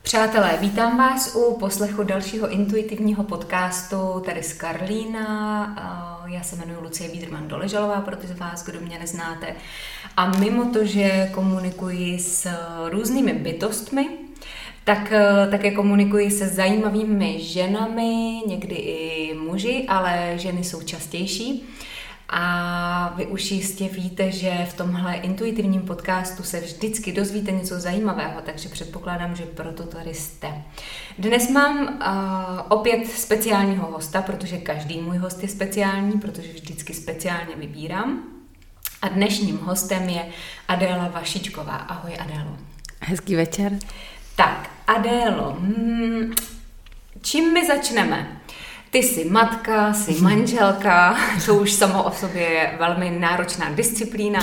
Přátelé, vítám vás u poslechu dalšího intuitivního podcastu tady z Karlína. Já se jmenuji Lucie Biedermann-Doležalová, pro ty z vás, kdo mě neznáte. A mimo to, že komunikuji s různými bytostmi, tak také komunikuji se zajímavými ženami, někdy i muži, ale ženy jsou častější. A vy už jistě víte, že v tomhle intuitivním podcastu se vždycky dozvíte něco zajímavého, takže předpokládám, že proto tady jste. Dnes mám opět speciálního hosta, protože každý můj host je speciální, protože vždycky speciálně vybírám. A dnešním hostem je Adéla Vašičková. Ahoj, Adélo. Hezký večer. Tak, Adélo, čím my začneme? Ty jsi matka, jsi manželka, to už samo o sobě je velmi náročná disciplína,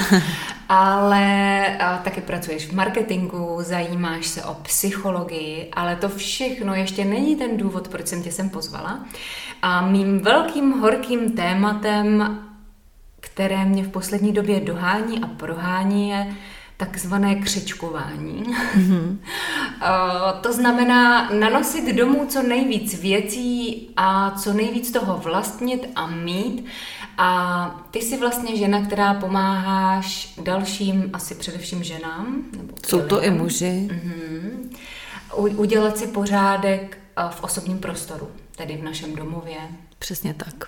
ale taky pracuješ v marketingu, zajímáš se o psychologii, ale to všechno ještě není ten důvod, proč jsem tě sem pozvala. A mým velkým horkým tématem, které mě v poslední době dohání a prohání, je takzvané křečkování. Mm-hmm. To znamená nanosit domů co nejvíc věcí a co nejvíc toho vlastnit a mít. A ty jsi vlastně žena, která pomáháš dalším, asi především ženám. Jsou to i muži. Udělat si pořádek v osobním prostoru, tedy v našem domově. Přesně tak.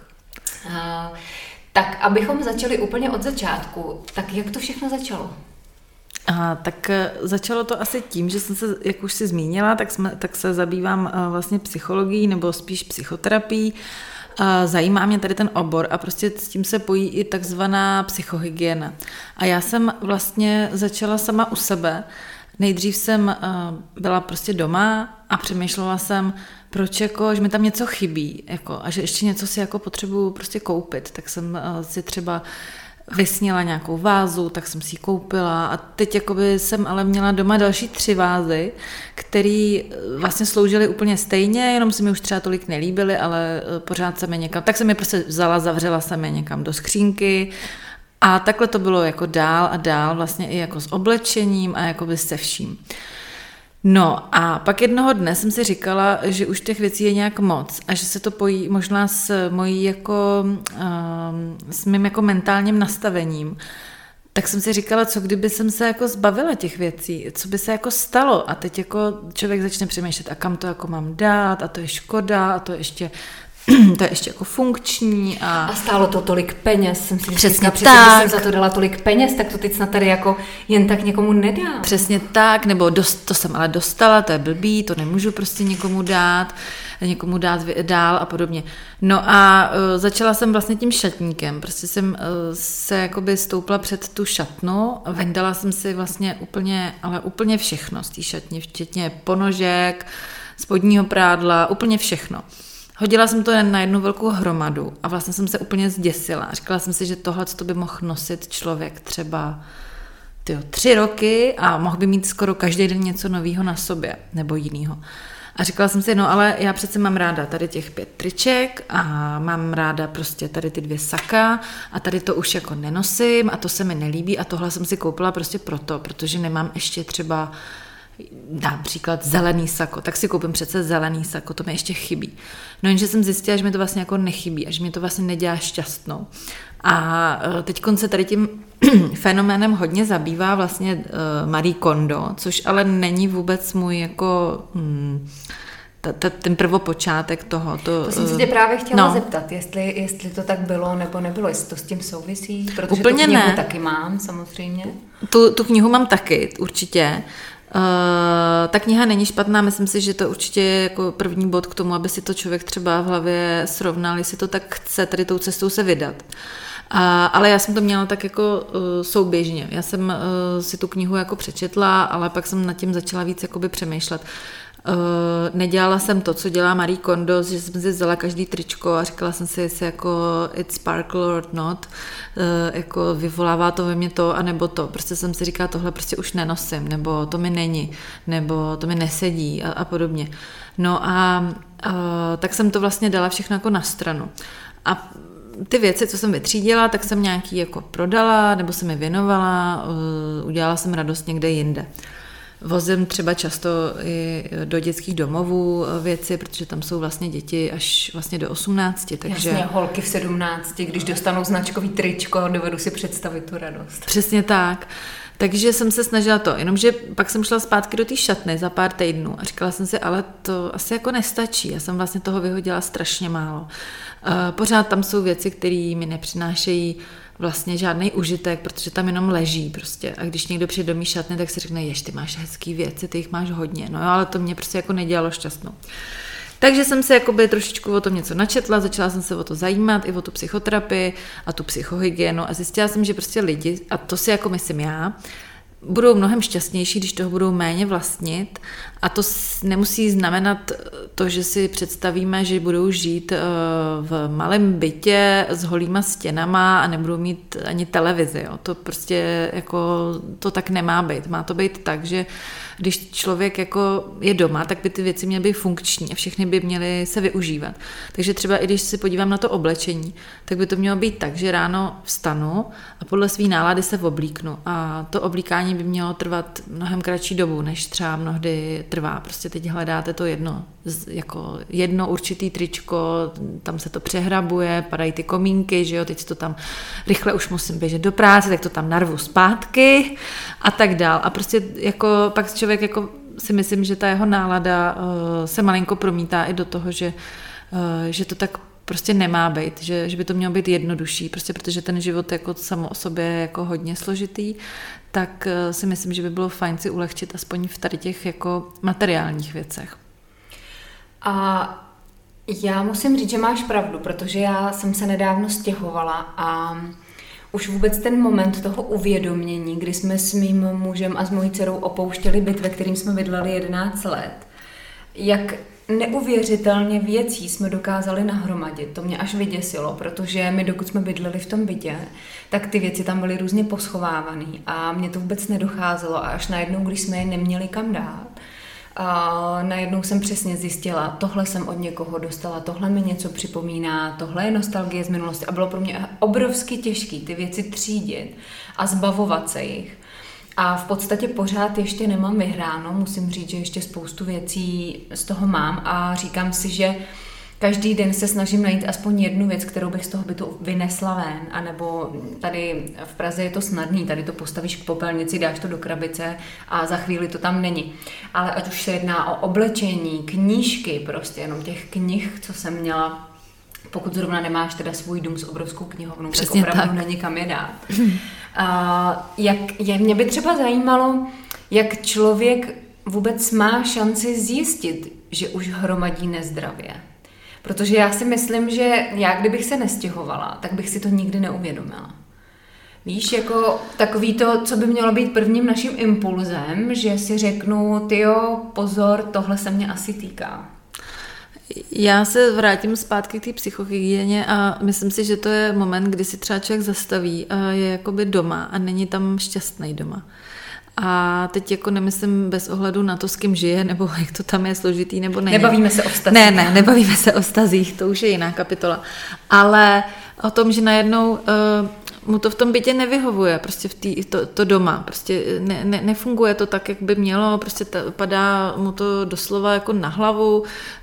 Tak, abychom začali úplně od začátku, tak jak to všechno začalo? Tak začalo to asi tím, že jsem se, jak už si zmínila, tak se zabývám vlastně psychologií nebo spíš psychoterapií. Zajímá mě tady ten obor a prostě s tím se pojí i takzvaná psychohygiena. A já jsem vlastně začala sama u sebe. Nejdřív jsem byla prostě doma a přemýšlela jsem, proč že mi tam něco chybí a že ještě něco si potřebuju prostě koupit. Tak jsem si třeba vysněla nějakou vázu, tak jsem si ji koupila a teď jsem ale měla doma další 3 vázy, které vlastně sloužily úplně stejně, jenom se mi už třeba tolik nelíbily, ale pořád jsem je někam, tak jsem je prostě vzala, zavřela jsem je někam do skřínky a takhle to bylo dál a dál, vlastně i s oblečením a se vším. No a pak jednoho dne jsem si říkala, že už těch věcí je nějak moc a že se to pojí možná s mojí s mým mentálním nastavením. Tak jsem si říkala, co kdyby jsem se zbavila těch věcí, co by se stalo a teď člověk začne přemýšlet a kam to mám dát a to je škoda a to je ještě funkční. A stálo to tolik peněz, jsem si přesně říkala, tak. Když jsem za to dala tolik peněz, tak to teď snad tady jen tak někomu nedám. Přesně tak, nebo to jsem ale dostala, to je blbý, to nemůžu prostě někomu dát dál a podobně. No a začala jsem vlastně tím šatníkem, prostě jsem se stoupla před tu šatnu, vyndala jsem si vlastně úplně všechno z té šatny, včetně ponožek, spodního prádla, úplně všechno. Hodila jsem to na jednu velkou hromadu a vlastně jsem se úplně zděsila. Říkala jsem si, že tohle by mohl nosit člověk třeba 3 roky a mohl by mít skoro každý den něco nového na sobě nebo jinýho. A říkala jsem si, ale já přece mám ráda tady těch 5 triček a mám ráda prostě tady ty 2 saka a tady to už nenosím a to se mi nelíbí a tohle jsem si koupila prostě protože nemám ještě třeba například zelený sako, tak si koupím přece zelený sako, to mi ještě chybí. No jenže jsem zjistila, že mi to vlastně nechybí a že mi to vlastně nedělá šťastnou. A teď se tady tím fenoménem hodně zabývá vlastně Marie Kondo, což ale není vůbec můj ten prvopočátek toho. To jsem se tě právě chtěla zeptat, jestli to tak bylo nebo nebylo, jestli to s tím souvisí, protože úplně tu knihu taky mám samozřejmě. Tu knihu mám taky, určitě. Ta kniha není špatná, myslím si, že to určitě je první bod k tomu, aby si to člověk třeba v hlavě srovnal, jestli to tak chce tady tou cestou se vydat. Ale já jsem to měla tak souběžně. Já jsem si tu knihu přečetla, ale pak jsem nad tím začala víc přemýšlet. Nedělala jsem to, co dělá Marie Kondo, že jsem si vzala každý tričko a říkala jsem si, jestli it's sparkle or not, vyvolává to ve mně to, anebo to. Prostě jsem si říkala, tohle prostě už nenosím, nebo to mi není, nebo to mi nesedí a podobně. No a tak jsem to vlastně dala všechno na stranu. A ty věci, co jsem vytřídila, tak jsem nějaký prodala, nebo jsem je věnovala, udělala jsem radost někde jinde. vozím třeba často i do dětských domovů věci, protože tam jsou vlastně děti až vlastně do 18. Takže... Jasně, holky v 17, když dostanou značkový tričko, dovedu si představit tu radost. Přesně tak. Takže jsem se snažila to, jenomže pak jsem šla zpátky do té šatny za pár týdnů a říkala jsem si, ale to asi jako nestačí. Já jsem vlastně toho vyhodila strašně málo. Pořád tam jsou věci, které mi nepřinášejí vlastně žádný užitek, protože tam jenom leží prostě. A když někdo přijde do mý šatny, tak si řekne, jež, ty máš hezký věci, ty jich máš hodně. No jo, ale to mě prostě jako nedělalo šťastnou. Takže jsem se jakoby trošičku o tom něco načetla, začala jsem se o to zajímat, i o tu psychoterapii a tu psychohygienu a zjistila jsem, že prostě lidi, a to si jako myslím já, budou mnohem šťastnější, když toho budou méně vlastnit a to nemusí znamenat to, že si představíme, že budou žít v malém bytě s holýma stěnama a nebudou mít ani televizi. Jo. To prostě jako, to tak nemá být. Má to být tak, že když člověk jako je doma, tak by ty věci měly být funkční a všechny by měly se využívat. Takže třeba i když si podívám na to oblečení, tak by to mělo být tak, že ráno vstanu a podle své nálady se oblíknu a to oblíkání by mělo trvat mnohem kratší dobu, než třeba mnohdy trvá. Prostě teď hledáte to jedno určitý tričko, tam se to přehrabuje, padají ty komínky, že jo, teď to tam rychle už musím běžet do práce, tak to tam narvu zpátky a tak dál. A prostě jako pak člověk jako si myslím, že ta jeho nálada se malinko promítá i do toho, že to tak prostě nemá být, že by to mělo být jednodušší, prostě protože ten život jako samo o sobě je jako hodně složitý, tak si myslím, že by bylo fajn si ulehčit aspoň v tady těch jako materiálních věcech. A já musím říct, že máš pravdu, protože já jsem se nedávno stěhovala a už vůbec ten moment toho uvědomění, kdy jsme s mým mužem a s mojí dcerou opouštěli byt, ve kterým jsme bydleli 11 let, jak neuvěřitelně věcí jsme dokázali nahromadit. To mě až vyděsilo, protože my, dokud jsme bydleli v tom bytě, tak ty věci tam byly různě poschovávané a mě to vůbec nedocházelo a až najednou, když jsme je neměli kam dát, a najednou jsem přesně zjistila, tohle jsem od někoho dostala, tohle mi něco připomíná, tohle je nostalgie z minulosti a bylo pro mě obrovsky těžké ty věci třídit a zbavovat se jich. A v podstatě pořád ještě nemám vyhráno, musím říct, že ještě spoustu věcí z toho mám a říkám si, že každý den se snažím najít aspoň jednu věc, kterou bych z toho bytu vynesla ven, anebo tady v Praze je to snadný, tady to postavíš k popelnici, dáš to do krabice a za chvíli to tam není. Ale ať už se jedná o oblečení, knížky, prostě jenom těch knih, co jsem měla, pokud zrovna nemáš teda svůj dům s obrovskou knihovnou, přesně tak opravdu není kam je dát. Mě by třeba zajímalo, jak člověk vůbec má šanci zjistit, že už hromadí nezdravě. Protože já si myslím, že já kdybych se nestěhovala, tak bych si to nikdy neuvědomila. Víš, jako takový to, co by mělo být prvním naším impulzem, že si řeknu, tyjo, pozor, tohle se mě asi týká. Já se vrátím zpátky k té psychohygieně a myslím si, že to je moment, kdy si třeba člověk zastaví a je jakoby doma a není tam šťastný doma. A teď jako nemyslím bez ohledu na to, s kým žije, nebo jak to tam je složitý, nebo není. Nebavíme se o vztazích. Ne, nebavíme se o vztazích, to už je jiná kapitola. Ale o tom, že najednou mu to v tom bytě nevyhovuje, prostě to doma, prostě nefunguje to tak, jak by mělo, prostě padá mu to doslova jako na hlavu.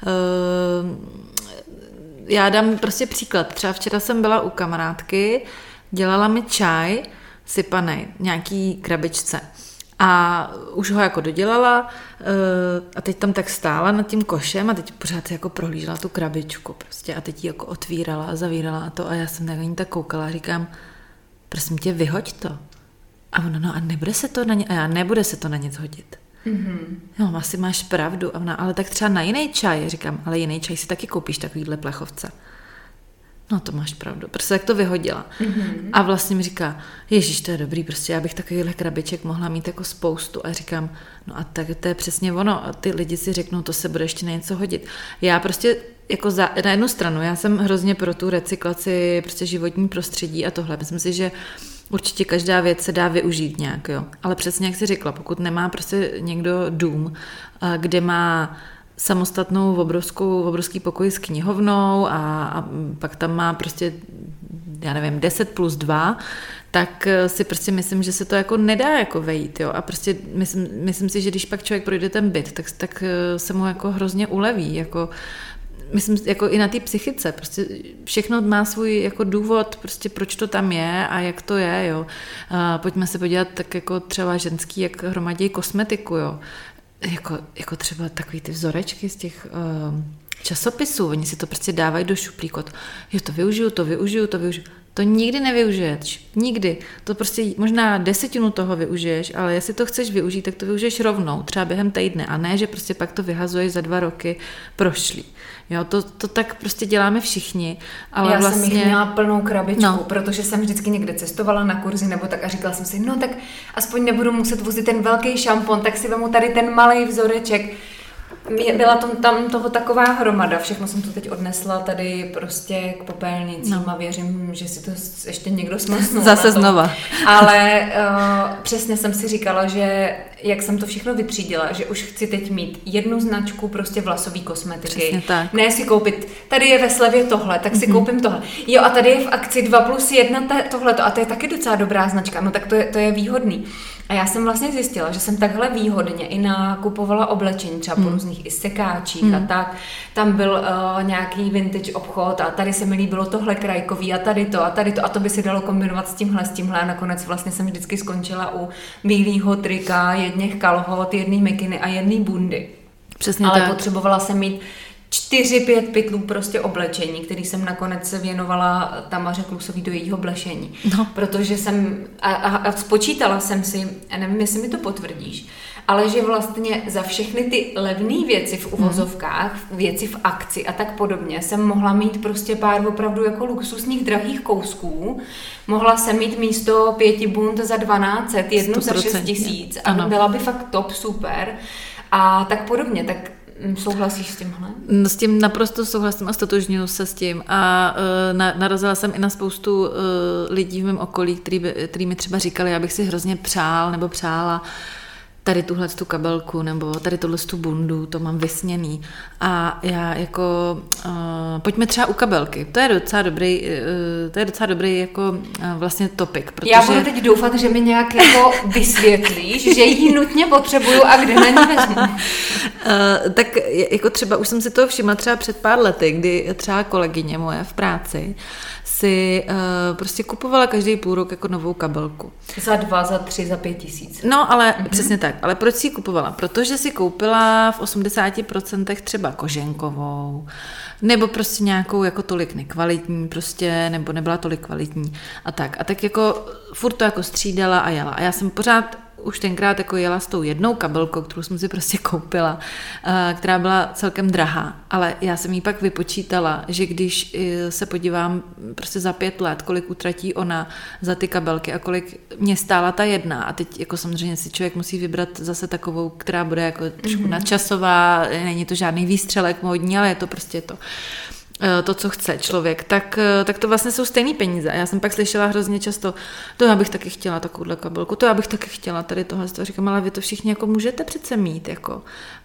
Já dám prostě příklad. Třeba včera jsem byla u kamarádky, dělala mi čaj sypanej, nějaký krabičce. A už ho jako dodělala a teď tam tak stála nad tím košem a teď pořád jako prohlížela tu krabičku prostě a teď ji jako otvírala a zavírala a to a já jsem na ní tak koukala a říkám, prosím tě, vyhoď to. A ona, no a nebude se to na ně, a já, nebude se to na nic hodit. Mm-hmm. No, asi máš pravdu. A ona, ale tak třeba na jiný čaj. Říkám, ale jiný čaj si taky koupíš takovýhle plechovce. No to máš pravdu, prostě tak to vyhodila. Mm-hmm. A vlastně mi říká, ježiš, to je dobrý, prostě já bych takovýhle krabiček mohla mít jako spoustu. A říkám, no a tak to je přesně ono. A ty lidi si řeknou, to se bude ještě na něco hodit. Já prostě jako na jednu stranu, já jsem hrozně pro tu recyklaci, prostě životní prostředí a tohle. Myslím si, že určitě každá věc se dá využít nějak, jo. Ale přesně jak jsi řekla, pokud nemá prostě někdo dům, kde má samostatnou obrovský pokoj s knihovnou a pak tam má prostě, já nevím, 10+2, tak si prostě myslím, že se to jako nedá jako vejít, jo. A prostě myslím si, že když pak člověk projde ten byt, tak se mu jako hrozně uleví, jako myslím, jako i na té psychice, prostě všechno má svůj jako důvod, prostě proč to tam je a jak to je, jo. Pojďme se podívat tak jako třeba ženský, jak hromadí kosmetiku, jo. Jako třeba takový ty vzorečky z těch časopisů, oni si to prostě dávají do šuplíku. Jo, to využiju. To nikdy nevyužiješ. Nikdy. To prostě možná 10% toho využiješ, ale jestli to chceš využít, tak to využiješ rovnou, třeba během týdne, a ne, že prostě pak to vyhazuješ za 2 roky prošlý. Jo, to tak prostě děláme všichni, ale já vlastně... jsem jich měla plnou krabičku, protože jsem vždycky někde cestovala na kurzy nebo tak a říkala jsem si, no tak aspoň nebudu muset vozit ten velký šampon, tak si vemu tady ten malej vzoreček. Byla tam toho taková hromada, všechno jsem to teď odnesla tady prostě k popelnicím a věřím, že si to ještě někdo smlsnul. Zase znova. Ale přesně jsem si říkala, že jak jsem to všechno vytřídila, že už chci teď mít jednu značku prostě vlasový kosmetiky. Ne si koupit, tady je ve slevě tohle, tak si koupím tohle. Jo, a tady je v akci 2+1 tohleto a to je taky docela dobrá značka, no tak to je výhodný. A já jsem vlastně zjistila, že jsem takhle výhodně i nakupovala oblečení, třeba po různých i sekáčích a tak. Tam byl nějaký vintage obchod a tady se mi líbilo tohle krajkový a tady to a to by se dalo kombinovat s tímhle a nakonec vlastně jsem vždycky skončila u bílého trika, jedněch kalhot, jedný mikiny a jedný bundy. Přesně ale tak. potřebovala jsem mít 4-5 pytlů prostě oblečení, který jsem nakonec věnovala Tamaře Klusový do jejího blešení. No. Protože jsem, a spočítala jsem si, a nevím, jestli mi to potvrdíš, ale že vlastně za všechny ty levné věci v uvozovkách, věci v akci a tak podobně, jsem mohla mít prostě pár opravdu jako luxusních drahých kousků. Mohla jsem mít místo 5 bund za 1200, jednu za 6 000 a byla by fakt top, super. A tak podobně, tak souhlasíš s tímhle? S tím naprosto souhlasím a stotožňuji se s tím a narazila jsem i na spoustu lidí v mém okolí, který mi třeba říkali, já bych si hrozně přál nebo přála tady tuhletu kabelku nebo tady tuhletu bundu, to mám vysněný. A já jako, pojďme třeba u kabelky. To je docela dobrý jako vlastně topik. Protože... Já budu teď doufat, že mi nějak jako vysvětlíš, že ji nutně potřebuju a kde na ní vezmu. Tak jako třeba už jsem si to všimla třeba před pár lety, kdy třeba kolegyně moje v práci si prostě kupovala každý půl rok jako novou kabelku. Za 2, za 3, za 5 tisíc. No, ale přesně tak. Ale proč si ji kupovala? Protože si koupila v 80% třeba koženkovou, nebo prostě nějakou jako tolik nekvalitní prostě, nebo nebyla tolik kvalitní a tak. A tak jako furt to jako střídala a jela. A já jsem pořád už tenkrát jako jela s tou jednou kabelkou, kterou jsem si prostě koupila, která byla celkem drahá, ale já jsem jí pak vypočítala, že když se podívám prostě za 5 let, kolik utratí ona za ty kabelky a kolik mě stála ta jedna a teď jako samozřejmě si člověk musí vybrat zase takovou, která bude jako trošku nadčasová, není to žádný výstřelek módní, ale je to prostě to, co chce člověk, tak to vlastně jsou stejný peníze. A já jsem pak slyšela hrozně často, to já bych taky chtěla takovouhle kabelku, to já bych taky chtěla tady tohle. Říkám, ale vy to všichni jako můžete přece mít, jako.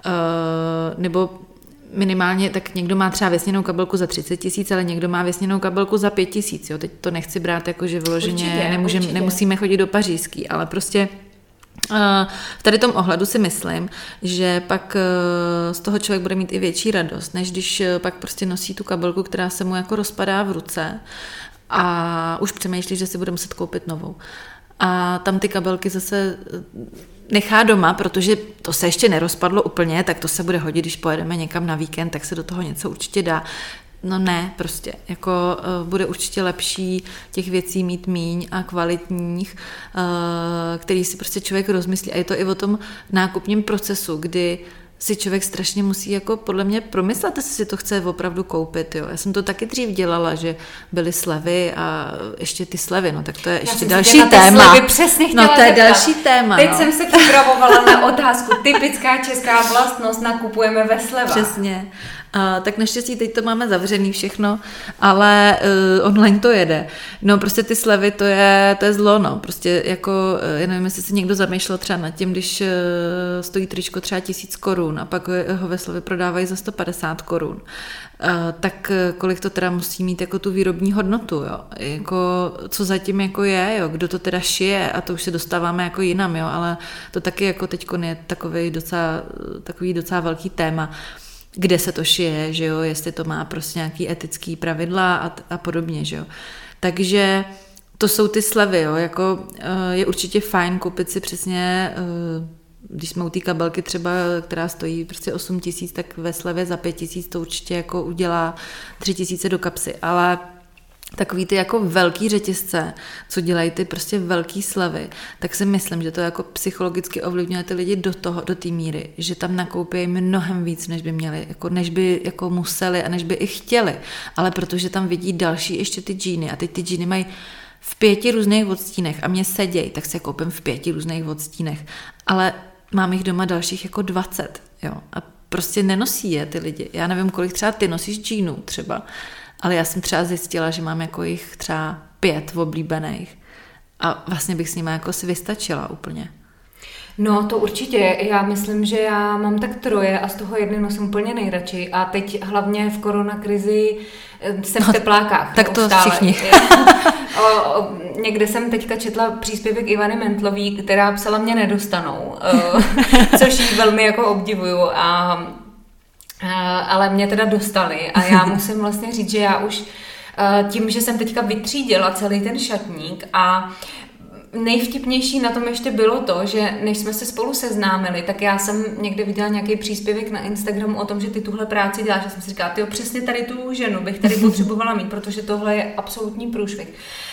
Nebo minimálně, tak někdo má třeba věsněnou kabelku za 30 000, ale někdo má věsněnou kabelku za 5 000, jo. Teď to nechci brát jako, že vyloženě nemusíme chodit do pařížský, ale prostě v tady tom ohledu si myslím, že pak z toho člověk bude mít i větší radost, než když pak prostě nosí tu kabelku, která se mu jako rozpadá v ruce a už přemýšlí, že si bude muset koupit novou. A tam ty kabelky zase nechá doma, protože to se ještě nerozpadlo úplně, tak to se bude hodit, když pojedeme někam na víkend, tak se do toho něco určitě dá. No ne, prostě, jako bude určitě lepší těch věcí mít míň a kvalitních, který si prostě člověk rozmyslí. A je to i o tom nákupním procesu, kdy si člověk strašně musí jako podle mě promyslet, jestli si to chce opravdu koupit. Jo. Já jsem to taky dřív dělala, že byly slevy a ještě ty slevy, no tak to je ještě další téma. No to je další téma. Teď jsem se připravovala na otázku, typická česká vlastnost, nakupujeme ve slevách. Přesně. Tak naštěstí teď to máme zavřený všechno, ale online to jede. No prostě ty slevy, to je zlo, no. Prostě jako, já nevím, jestli si někdo zamýšlel třeba nad tím, když stojí tričko třeba 1000 korun a pak ho ve slevy prodávají za 150 korun. Tak kolik to teda musí mít jako tu výrobní hodnotu, jo? Jako, co zatím jako je, jo? Kdo to teda šije, a to už se dostáváme jako jinam, jo? Ale to taky jako teďko je takový docela velký téma, kde se to šije, že jo? Jestli to má prostě nějaký etický pravidla a podobně, že jo? Takže to jsou ty slevy, jo? Jako, je určitě fajn koupit si přesně když jsme u té kabelky třeba, která stojí prostě 8 000, tak ve slevě za 5 000 to určitě jako udělá 3 000 do kapsy, ale takový ty jako velký řetězce, co dělají ty prostě velký slevy, tak si myslím, že to jako psychologicky ovlivňuje ty lidi do té míry, že tam nakoupí mnohem víc, než by měli, jako než by jako museli a než by i chtěli, ale protože tam vidí další ještě ty džíny a teď ty džíny mají v 5 různých odstínech a mě seděj, tak se koupím v 5 různých odstínech, ale mám jich doma dalších jako 20, jo, a prostě nenosí je ty lidi. Já nevím, kolik třeba ty nosíš džínů třeba, ale já jsem třeba zjistila, že mám jako jich třeba 5 oblíbených a vlastně bych s nimi jako si vystačila úplně. No to určitě, já myslím, že já mám tak 3 a z toho jedny nosím úplně nejradši a teď hlavně v koronakrizi jsem v teplákách. Tak to všichni. Někde jsem teďka četla příspěvek Ivany Mentlový, která psala mě nedostanou, což jí velmi jako obdivuju, ale mě teda dostali a já musím vlastně říct, že já už tím, že jsem teďka vytřídila celý ten šatník a nejvtipnější na tom ještě bylo to, že než jsme se spolu seznámili, tak já jsem někde viděla nějaký příspěvek na Instagramu o tom, že ty tuhle práci děláš. Já jsem si říkala, přesně tady tu ženu bych tady potřebovala mít, protože tohle je absolutní průšvih.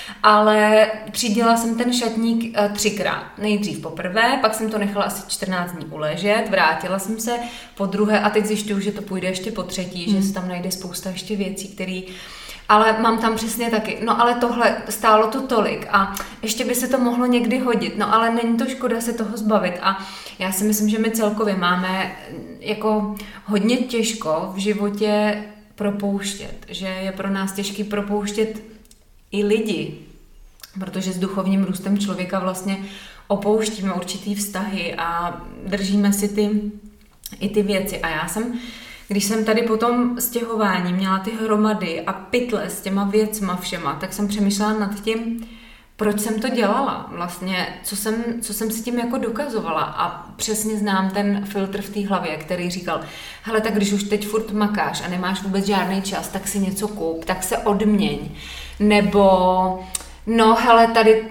Ale třídila jsem ten šatník 3krát. Nejdřív poprvé, pak jsem to nechala asi 14 dní uležet, vrátila jsem se po druhé a teď zjišťuju, že to půjde ještě po třetí, že se tam najde spousta ještě věcí, které ale mám tam přesně taky. No ale tohle stálo to tolik a ještě by se to mohlo někdy hodit, no ale není to škoda se toho zbavit a já si myslím, že my celkově máme jako hodně těžko v životě propouštět, že je pro nás těžký propouštět i lidi, protože s duchovním růstem člověka vlastně opouštíme určitý vztahy a držíme si ty věci a já jsem když jsem tady po tom stěhování měla ty hromady a pytle s těma věcma všema, tak jsem přemýšlela nad tím, proč jsem to dělala vlastně, co jsem si tím jako dokazovala a přesně znám ten filtr v té hlavě, který říkal, hele, tak když už teď furt makáš a nemáš vůbec žádný čas, tak si něco koup, tak se odměň, nebo no hele,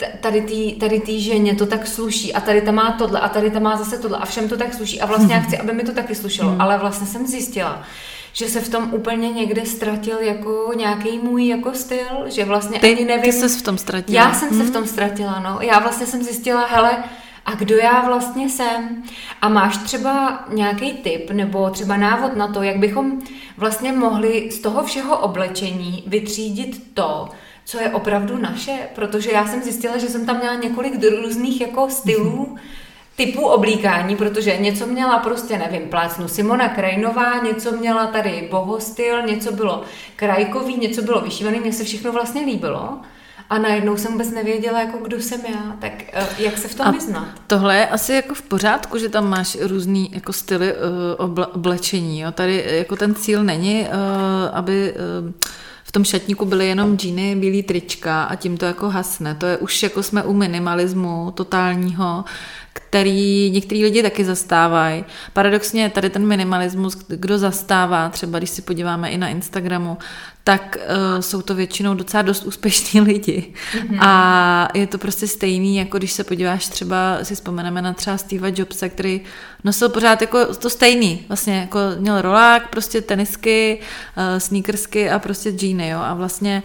tady tý ženě to tak sluší a tady ta má tohle a tady ta má zase tohle a všem to tak sluší a vlastně já chci, aby mi to taky slušelo, ale vlastně jsem zjistila, že se v tom úplně někde ztratil jako nějaký můj jako styl, že vlastně ani nevím. Ty ses v tom ztratila. Já jsem se v tom ztratila, no. Já vlastně jsem zjistila, hele, a kdo já vlastně jsem? A máš třeba nějaký tip nebo třeba návod na to, jak bychom vlastně mohli z toho všeho oblečení vytřídit to, co je opravdu naše, protože já jsem zjistila, že jsem tam měla několik různých jako stylů, typů oblíkání, protože něco měla prostě, nevím, plácnu Simona Krajnová, něco měla tady bohostyl, něco bylo krajkový, něco bylo vyšívaný, mně se všechno vlastně líbilo a najednou jsem vůbec nevěděla, jako kdo jsem já, tak jak se v tom vyznat. Tohle je asi jako v pořádku, že tam máš různý jako styly oblečení, jo? Tady jako ten cíl není, aby v tom šatníku byly jenom džíny, bílý trička a tím to jako hasne. To je už jako jsme u minimalismu totálního, který některý lidi taky zastávají. Paradoxně tady ten minimalismus, kdo zastává, třeba když si podíváme i na Instagramu, tak jsou to většinou docela dost úspěšní lidi. Mm-hmm. A je to prostě stejný, jako když se podíváš třeba, si vzpomeneme na třeba Steva Jobse, který nosil pořád jako to stejný. Vlastně jako měl rolák, prostě tenisky, sneakersky a prostě džíny, jo. A vlastně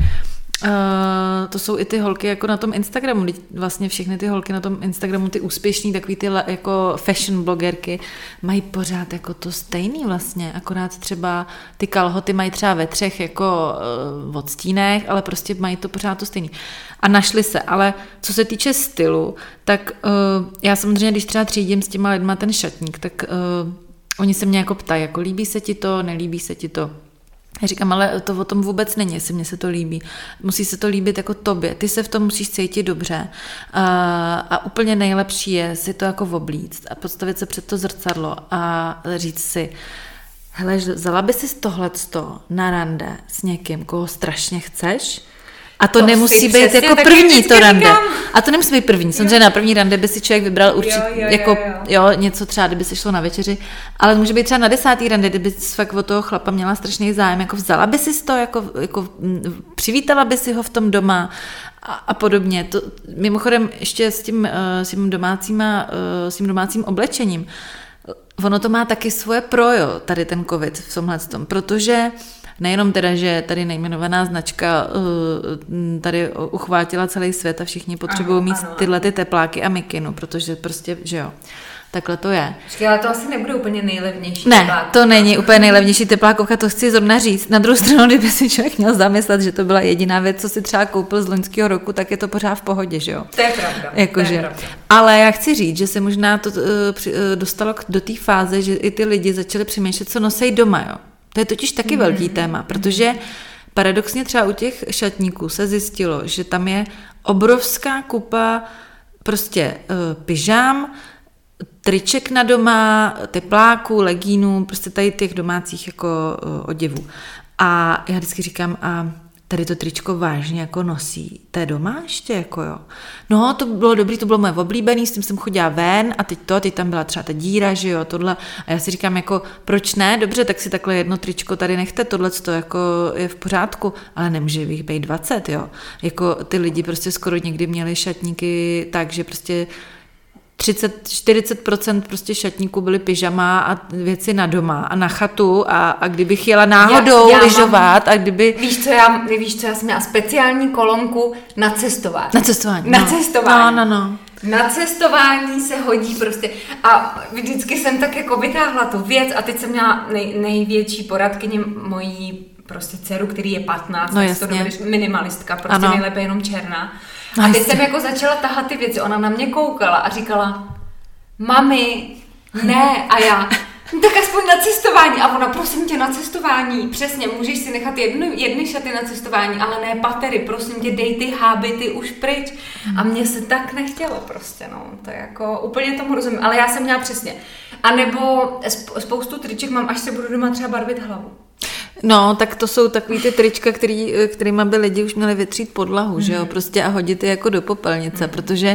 to jsou i ty holky jako na tom Instagramu, vlastně všechny ty holky na tom Instagramu, ty úspěšný, takový ty jako fashion blogerky, mají pořád jako to stejný vlastně, akorát třeba ty kalhoty mají třeba ve 3 jako odstínech, ale prostě mají to pořád to stejný. A našli se, ale co se týče stylu, tak já samozřejmě, když třeba třídím s těma lidma ten šatník, tak oni se mě jako ptají, jako líbí se ti to, nelíbí se ti to. Já říkám, ale to o tom vůbec není, jestli mně se to líbí. Musí se to líbit jako tobě. Ty se v tom musíš cítit dobře. A úplně nejlepší je si to jako oblíct a postavit se před to zrcadlo a říct si, hele, vzala by si tohleto na rande s někým, koho strašně chceš? A to nemusí být jako první to rande. Říkám. A to nemusí být první. Samozřejmě na první rande by si člověk vybral určitě jo, něco třeba, kdyby se šlo na večeři, ale může být třeba na 10. rande, kdyby si fakt od toho chlapa měla strašný zájem, jako vzala by si to, jako přivítala by si ho v tom doma a podobně. To, mimochodem ještě s tím domácím oblečením. Ono to má taky svoje projo, tady ten covid v tomhletom, protože nejenom teda, že tady nejmenovaná značka tady uchvátila celý svět a všichni potřebují mít tyhle ty tepláky a mikinu, protože prostě, že jo, takhle to je. Ale to asi nebude úplně nejlevnější teplákovka. Ne, to není úplně nejlevnější teplákovka, to chci zrovna říct. Na druhou stranu, kdyby si člověk měl zamyslet, že to byla jediná věc, co si třeba koupil z loňského roku, tak je to pořád v pohodě, že jo? To je pravda. Jakože. Ale já chci říct, že se možná to dostalo do té fáze, že i ty lidi začali přemýšlet, co nosej doma, jo. To je totiž taky velký téma, protože paradoxně třeba u těch šatníků se zjistilo, že tam je obrovská kupa prostě pyžám, triček na doma, tepláků, legínů, prostě tady těch domácích jako oděvů. A já vždycky říkám, a tady to tričko vážně jako nosí. To je doma ještě jako jo. No, to bylo dobrý, to bylo moje oblíbený, s tím jsem chodila ven a teď tam byla třeba ta díra, že jo, tohle. A já si říkám jako, proč ne? Dobře, tak si takhle jedno tričko tady nechte, tohle to jako je v pořádku, ale nemůže jich být 20, jo. Jako ty lidi prostě skoro někdy měli šatníky tak, že prostě 30-40% prostě šatníků byly pyžama a věci na doma a na chatu a kdybych jela náhodou lyžovat a kdyby... Víš, co já jsem měla speciální kolonku na cestování. Na cestování. Na cestování. No. Na cestování se hodí prostě a vždycky jsem tak jako vytáhla tu věc a teď jsem měla největší poradkyni mojí prostě dceru, který je 15, no minimalistka, prostě nejlépe jenom černá. A teď jsem jako začala tahat ty věci, ona na mě koukala a říkala, mami, ne, a já, no tak aspoň na cestování. A ona, prosím tě, na cestování, přesně, můžeš si nechat jedny šaty na cestování, ale ne patery, prosím tě, dej ty hábity už pryč. A mně se tak nechtělo prostě, no, to jako, úplně tomu rozumím, ale já jsem měla přesně. A nebo spoustu triček mám, až se budu doma třeba barvit hlavu. No, tak to jsou takový ty trička, kterýma by lidi už měli vytřít podlahu, že jo, prostě a hodit je jako do popelnice, protože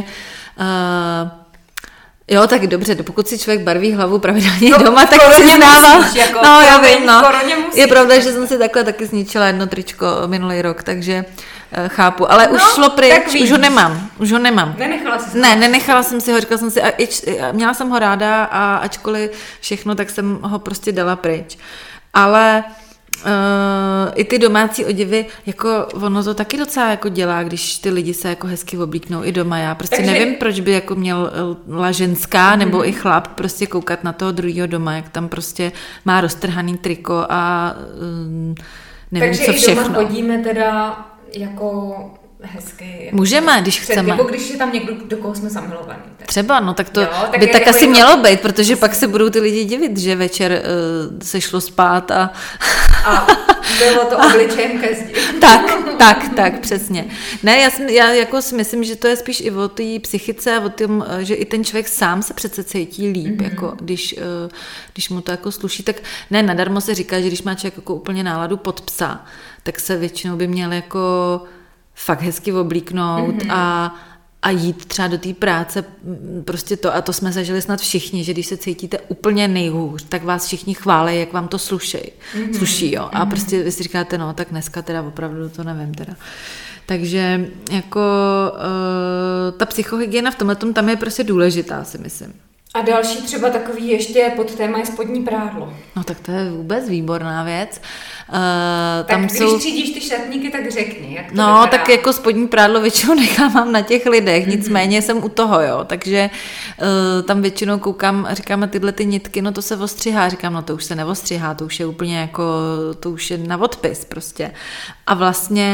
jo, tak dobře, pokud si člověk barví hlavu pravidelně doma, tak přiznávám. Jako, no, já vím, no. Je pravda, že jsem si takhle taky zničila jedno tričko minulý rok, takže chápu, ale už šlo pryč, už ho nemám. Nenechala jsi Ne, nenechala jsem si ho, říkala jsem si, měla jsem ho ráda a ačkoliv všechno, tak jsem ho prostě dala pryč. Ale i ty domácí oděvy, jako ono to taky docela jako dělá, když ty lidi se jako hezky oblíknou i doma. Já prostě nevím, proč by jako měla ženská nebo i chlap prostě koukat na toho druhého doma, jak tam prostě má roztrhaný triko a nevím, takže co všechno. Takže i doma chodíme teda jako hezky. Jako můžeme, když chceme. Nebo když je tam někdo, do koho jsme zamilovaní. Tak. Třeba, no tak to by tak asi mělo být, protože pak se budou ty lidi divit, že večer se šlo spát a bylo to obličejem ke zdi. tak, přesně. Ne, já jako si myslím, že to je spíš i o té psychice a o tom, že i ten člověk sám se přece cítí líp, jako když mu to jako sluší, tak ne, nadarmo se říká, že když má člověk jako úplně náladu pod psa, tak se většinou by měl jako fakt hezky oblíknout a jít třeba do té práce, prostě to, a to jsme zažili snad všichni, že když se cítíte úplně nejhůř, tak vás všichni chválí, jak vám to sluší, jo, a prostě vy si říkáte, no, tak dneska teda opravdu to nevím teda. Takže jako ta psychohygiena v tomhletom tam je prostě důležitá, si myslím. A další třeba takový ještě podtéma je spodní prádlo. No tak to je vůbec výborná věc. Tak tam když třídíš ty šatníky, tak řekni, jak to vypadá. Tak jako spodní prádlo většinou nechávám na těch lidech, nicméně jsem u toho, jo, takže tam většinou koukám a říkám, tyhle ty nitky, no to se ostřihá, říkám, no to už se neostřihá, to už je úplně jako, to už je na odpis prostě. A vlastně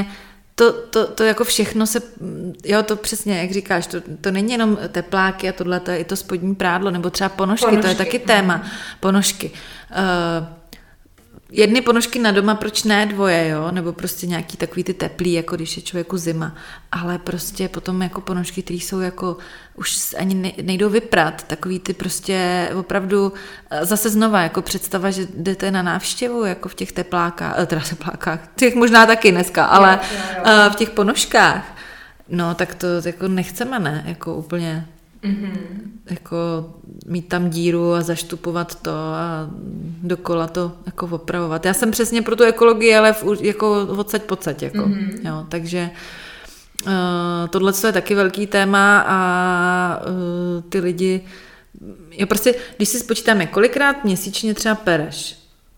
to jako všechno se, jo, to přesně, jak říkáš, to není jenom tepláky a tohle, to je i to spodní prádlo, nebo třeba ponožky. To je taky téma, ponožky. Jedny ponožky na doma, proč ne dvoje, jo, nebo prostě nějaký takový ty teplý, jako když je člověku zima, ale prostě potom jako ponožky, které jsou jako, už ani nejdou vyprat, takový ty prostě opravdu, zase znova, jako představa, že jdete na návštěvu, jako v těch teplákách, těch možná taky dneska, ale v těch ponožkách, no tak to jako nechceme, ne, jako úplně... jako mít tam díru a zaštupovat to a dokola to jako opravovat. Já jsem přesně pro tu ekologii, ale jako odsaď pocať, jako. Jo, takže tohle je taky velký téma a ty lidi, jo, prostě, když si spočítáme, kolikrát měsíčně třeba pereš?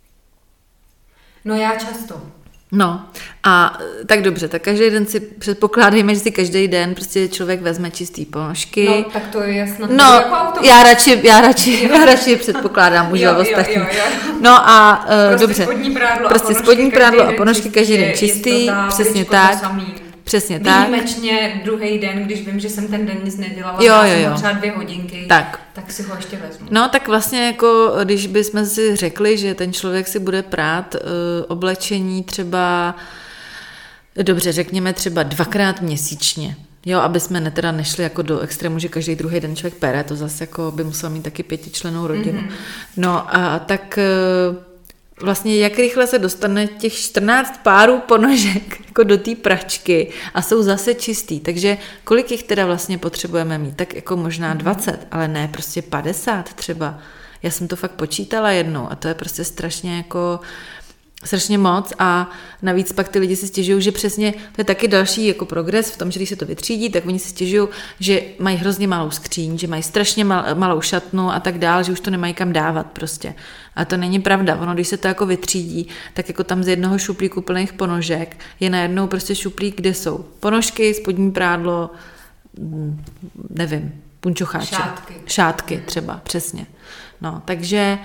No já často. No a tak dobře, tak každý den si předpokládejme, že si každý den prostě člověk vezme čistý ponožky. No, tak to je jasné. No, jako já radši předpokládám už ostatní. No a dobře. Prostě spodní prádlo a ponožky každý den čistý, přesně tak. Přesně tak. Výjimečně druhý den, když vím, že jsem ten den nic nedělala, jsem třeba 2 hodinky, tak si ho ještě vezmu. No tak vlastně jako, když bychom si řekli, že ten člověk si bude prát oblečení třeba, dobře, řekněme třeba 2krát měsíčně, jo, aby jsme teda nešli jako do extrému, že každý druhý den člověk pere, to zase jako by musel mít taky 5člennou rodinu. No a tak... vlastně jak rychle se dostane těch 14 párů ponožek jako do té pračky a jsou zase čistý, takže kolik jich teda vlastně potřebujeme mít, tak jako možná 20, ale ne prostě 50 třeba. Já jsem to fakt počítala jednou a to je prostě strašně moc a navíc pak ty lidi si stěžují, že přesně, to je taky další jako progres v tom, že když se to vytřídí, tak oni si stěžují, že mají hrozně malou skříň, že mají strašně malou šatnu a tak dál, že už to nemají kam dávat prostě. A to není pravda, ono když se to jako vytřídí, tak jako tam z jednoho šuplíku plných ponožek je najednou prostě šuplík, kde jsou ponožky, spodní prádlo, nevím, punčocháče. Šátky třeba, přesně. No, takže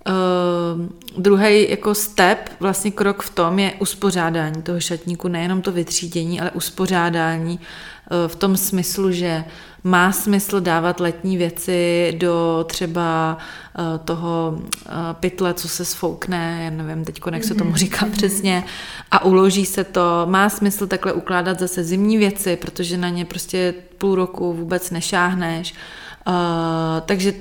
druhý jako step, vlastně krok v tom je uspořádání toho šatníku, nejenom to vytřídění, ale uspořádání v tom smyslu, že má smysl dávat letní věci do třeba toho pytle, co se sfoukne, já nevím teď, jak se tomu říká přesně, a uloží se to. Má smysl takhle ukládat zase zimní věci, protože na ně prostě půl roku vůbec nešáhneš. Takže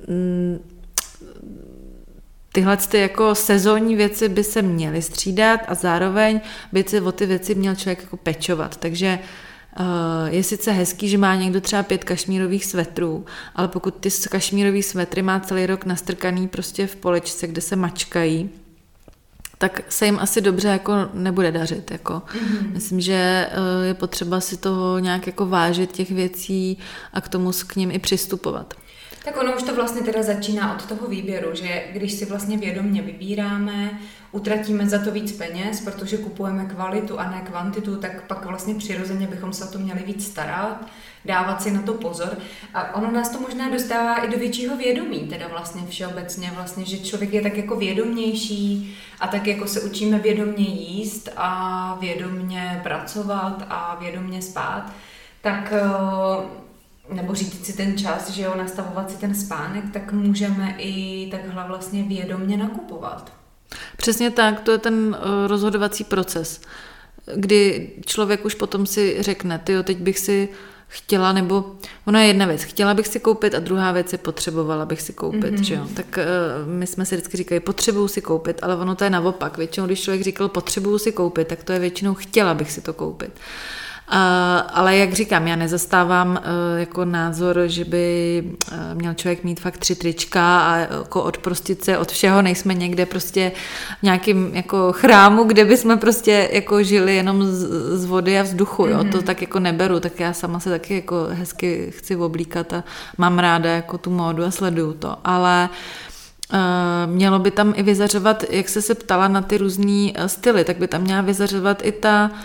tyhle jako sezónní věci by se měly střídat a zároveň by se o ty věci měl člověk jako pečovat. Takže je sice hezký, že má někdo třeba 5 kašmírových svetrů, ale pokud ty kašmírový svetry má celý rok nastrkaný prostě v poličce, kde se mačkají, tak se jim asi dobře jako nebude dařit. Jako. Myslím, že je potřeba si toho nějak jako vážit těch věcí a k tomu k nim i přistupovat. Tak ono už to vlastně teda začíná od toho výběru, že když si vlastně vědomě vybíráme, utratíme za to víc peněz, protože kupujeme kvalitu a ne kvantitu, tak pak vlastně přirozeně bychom se o to měli víc starat, dávat si na to pozor. A ono nás to možná dostává i do většího vědomí, teda vlastně všeobecně, vlastně, že člověk je tak jako vědomější a tak jako se učíme vědomě jíst a vědomě pracovat a vědomě spát, tak... nebo říct si ten čas, že jo, nastavovat si ten spánek, tak můžeme i takhle vlastně vědomě nakupovat. Přesně tak, to je ten rozhodovací proces, kdy člověk už potom si řekne, tyjo, teď bych si chtěla, nebo ona je jedna věc, chtěla bych si koupit a druhá věc je potřebovala bych si koupit, že jo. Tak my jsme si vždycky říkali, potřebuju si koupit, ale ono to je naopak. Většinou, když člověk říkal, potřebuju si koupit, tak to je většinou chtěla bych si to koupit. Ale jak říkám, já nezastávám jako názor, že by měl člověk mít fakt 3 trička a jako odprostit se od všeho, nejsme někde prostě v nějakým jako chrámu, kde bychom prostě jako žili jenom z vody a vzduchu, jo? To tak jako neberu, tak já sama se taky jako hezky chci oblíkat a mám ráda jako tu módu a sleduju to, ale mělo by tam i vyzařovat, jak se ptala na ty různý styly, tak by tam měla vyzařovat i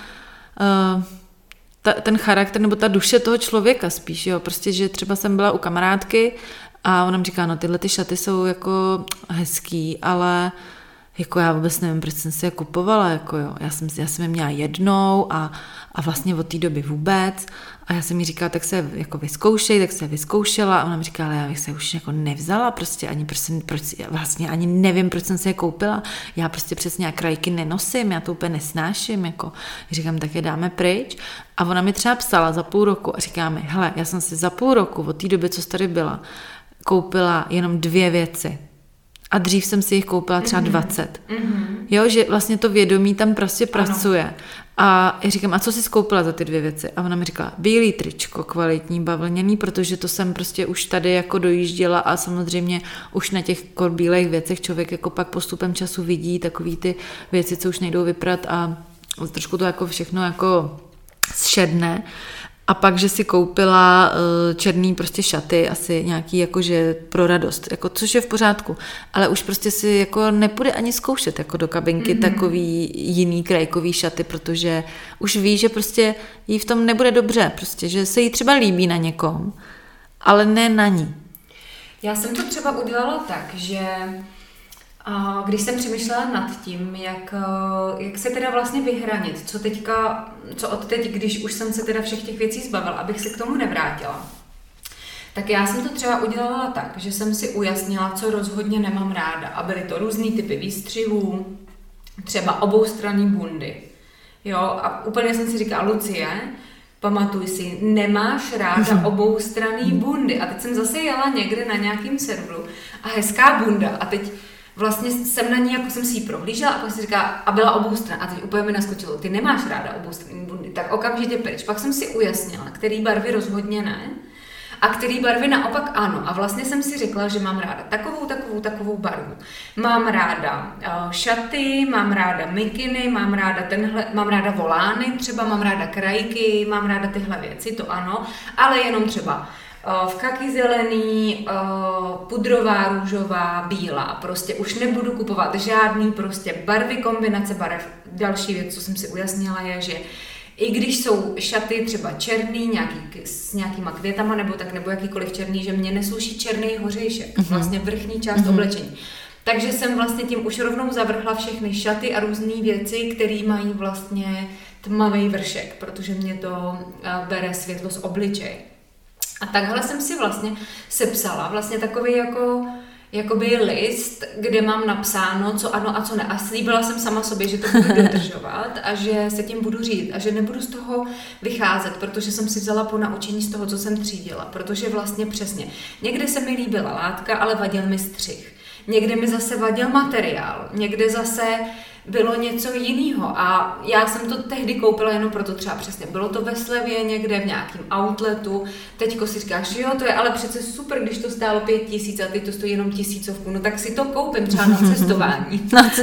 ten charakter nebo ta duše toho člověka spíš, jo, prostě, že třeba jsem byla u kamarádky a ona mi říká, no tyhle ty šaty jsou jako hezký, ale jako já vůbec nevím, proč jsem si je kupovala, jako jo. Já jsem je měla jednou a vlastně od té doby vůbec. A já jsem jí říkala, tak se jako vyzkoušej, tak se vyzkoušela a ona mi říkala, ale já bych se už jako nevzala, prostě ani proč, vlastně ani nevím, proč jsem se je koupila. Já prostě přesně krajky nenosím, já to úplně nesnáším, jako. Říkám, tak je dáme pryč. A ona mi třeba psala za půl roku a říká mi, hele, já jsem si za půl roku od té doby, co jsi tady byla, koupila jenom 2 věci. A dřív jsem si jich koupila třeba 20. Jo, že vlastně to vědomí tam prostě pracuje. A já říkám, a co jsi skoupila za ty 2 věci? A ona mi říkala, bílý tričko, kvalitní, bavlněný, protože to jsem prostě už tady jako dojížděla a samozřejmě už na těch bílých věcech člověk jako pak postupem času vidí takový ty věci, co už nejdou vyprat a trošku to jako všechno jako zšedne. A pak, že si koupila černý prostě šaty, asi nějaký jakože pro radost, jako, což je v pořádku, ale už prostě si jako nepůjde ani zkoušet jako do kabinky takový jiný krajkový šaty, protože už ví, že prostě jí v tom nebude dobře, prostě, že se jí třeba líbí na někom, ale ne na ní. Já jsem to třeba udělala tak, že když jsem přemýšlela nad tím, jak se teda vlastně vyhranit, co od teď, když už jsem se teda všech těch věcí zbavila, abych se k tomu nevrátila, tak já jsem to třeba udělala tak, že jsem si ujasnila, co rozhodně nemám ráda. A byly to různý typy výstřihů, třeba oboustranný bundy. Jo, a úplně jsem si říkala, Lucie, pamatuj si, nemáš ráda oboustranný bundy. A teď jsem zase jela někde na nějakým serveru a hezká bunda. A teď vlastně jsem na ní, jako jsem si ji prohlížela a pak si říkala, a byla oboustranná. A teď úplně mi naskočilo, ty nemáš ráda oboustranný bundy, tak okamžitě pryč. Pak jsem si ujasnila, který barvy rozhodně ne a který barvy naopak ano. A vlastně jsem si řekla, že mám ráda takovou barvu. Mám ráda šaty, mám ráda mikiny, mám ráda volány, třeba mám ráda krajky, mám ráda tyhle věci, to ano, ale jenom třeba v kaki zelený, pudrová, růžová, bílá. Prostě už nebudu kupovat žádný prostě barvy, kombinace barev. Další věc, co jsem si ujasnila, je, že i když jsou šaty třeba černý, s nějakýma květama nebo jakýkoliv černý, že mě nesluší černý hořejšek, vlastně vrchní část oblečení. Takže jsem vlastně tím už rovnou zavrhla všechny šaty a různé věci, které mají vlastně tmavý vršek, protože mě to bere světlo z obličeje. A takhle jsem si vlastně sepsala vlastně takový jakoby list, kde mám napsáno, co ano a co ne. A slíbila jsem sama sobě, že to budu dodržovat a že se tím budu řídit a že nebudu z toho vycházet, protože jsem si vzala po naučení z toho, co jsem třídila. Protože vlastně přesně, někde se mi líbila látka, ale vadil mi střih. Někde mi zase vadil materiál, někde zase bylo něco jiného a já jsem to tehdy koupila jenom proto třeba přesně. Bylo to ve slevě někde v nějakém outletu, teďko si říkáš, jo, to je ale přece super, když to stálo 5 000 a teď to stojí jenom 1000, no tak si to koupím třeba na cestování.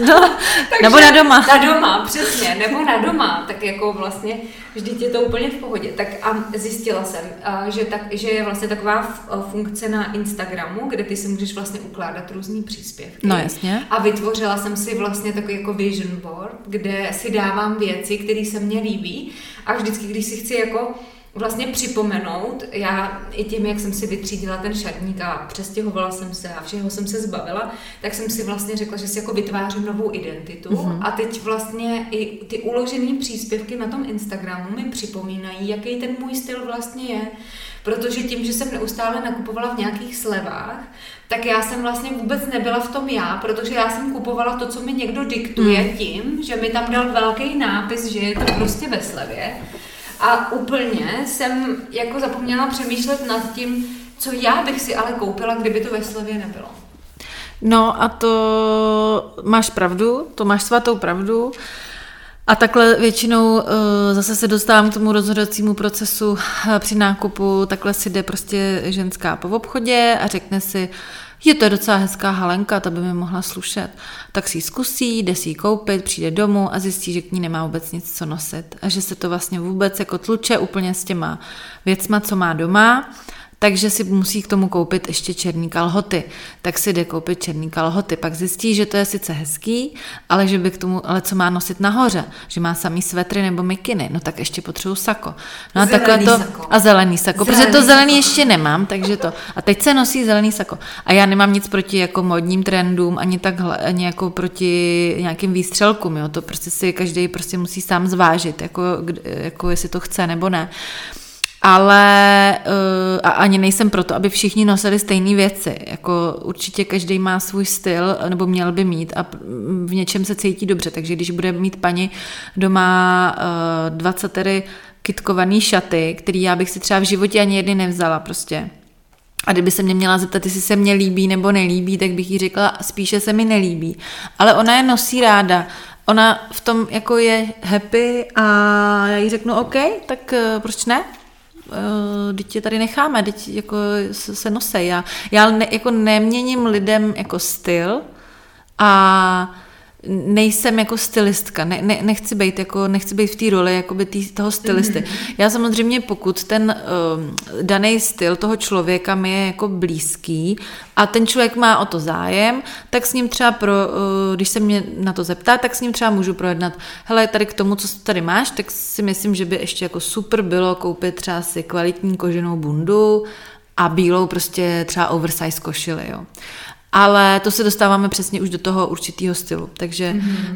Nebo na doma. Na doma, přesně, nebo na doma, tak jako vlastně vždyť je to úplně v pohodě. Tak a zjistila jsem, že je vlastně taková funkce na Instagramu, kde ty si můžeš vlastně ukládat různý příspěvky. No jasně. A vytvořila jsem si vlastně takový jako vision board, kde si dávám věci, které se mně líbí a vždycky, když si chci jako vlastně připomenout, já i tím, jak jsem si vytřídila ten šatník a přestěhovala jsem se a všeho jsem se zbavila, tak jsem si vlastně řekla, že si jako vytvářím novou identitu a teď vlastně i ty uložené příspěvky na tom Instagramu mi připomínají, jaký ten můj styl vlastně je, protože tím, že jsem neustále nakupovala v nějakých slevách, tak já jsem vlastně vůbec nebyla v tom já, protože já jsem kupovala to, co mi někdo diktuje tím, že mi tam dal velký nápis, že je to prostě ve slevě. A úplně jsem jako zapomněla přemýšlet nad tím, co já bych si ale koupila, kdyby to ve slevě nebylo. No a to máš pravdu, to máš svatou pravdu. A takhle většinou zase se dostávám k tomu rozhodovacímu procesu při nákupu, takhle si jde prostě ženská po obchodě a řekne si, to je docela hezká halenka, ta by mi mohla slušet. Tak si ji zkusí, jde si ji koupit, přijde domů a zjistí, že k ní nemá vůbec nic co nosit. A že se to vlastně vůbec jako tluče úplně s těma věcma, co má doma. takže si musí k tomu koupit ještě černý kalhoty, tak si jde koupit černý kalhoty, pak zjistí, že to je sice hezký, ale že by k tomu, ale co má nosit nahoře, že má samý svetry nebo mikiny, no tak ještě potřebuji sako. No a takhle to, sako. a zelený sako, protože to zelený ještě nemám, takže to. A teď se nosí zelený sako. A já nemám nic proti jako modním trendům, ani takhle, ani jako proti nějakým výstřelkům, jo, to prostě si každý prostě musí sám zvážit, jako jestli to chce nebo ne. Ale a ani nejsem proto, aby všichni nosili stejné věci. Jako určitě každý má svůj styl, nebo měl by mít a v něčem se cítí dobře. Takže když bude mít paní doma 20 kytkovaný šaty, který já bych si třeba v životě ani jedny nevzala prostě. A kdyby se mě měla zeptat, jestli se mně líbí nebo nelíbí, tak bych jí řekla, spíše se mi nelíbí. Ale ona je nosí ráda. Ona v tom jako je happy a já jí řeknu OK, tak proč ne? Teď je tady necháme, teď jako se nosej. Já jako neměním lidem jako styl a nejsem jako stylistka, nechci být v té roli jakoby toho stylisty. Já samozřejmě, pokud ten daný styl toho člověka mi je jako blízký a ten člověk má o to zájem, tak s ním třeba, když se mě na to zeptá, tak s ním třeba můžu projednat, hele, tady k tomu, co tady máš, tak si myslím, že by ještě jako super bylo koupit třeba si kvalitní koženou bundu a bílou prostě třeba oversize košili, jo. Ale to se dostáváme přesně už do toho určitého stylu, takže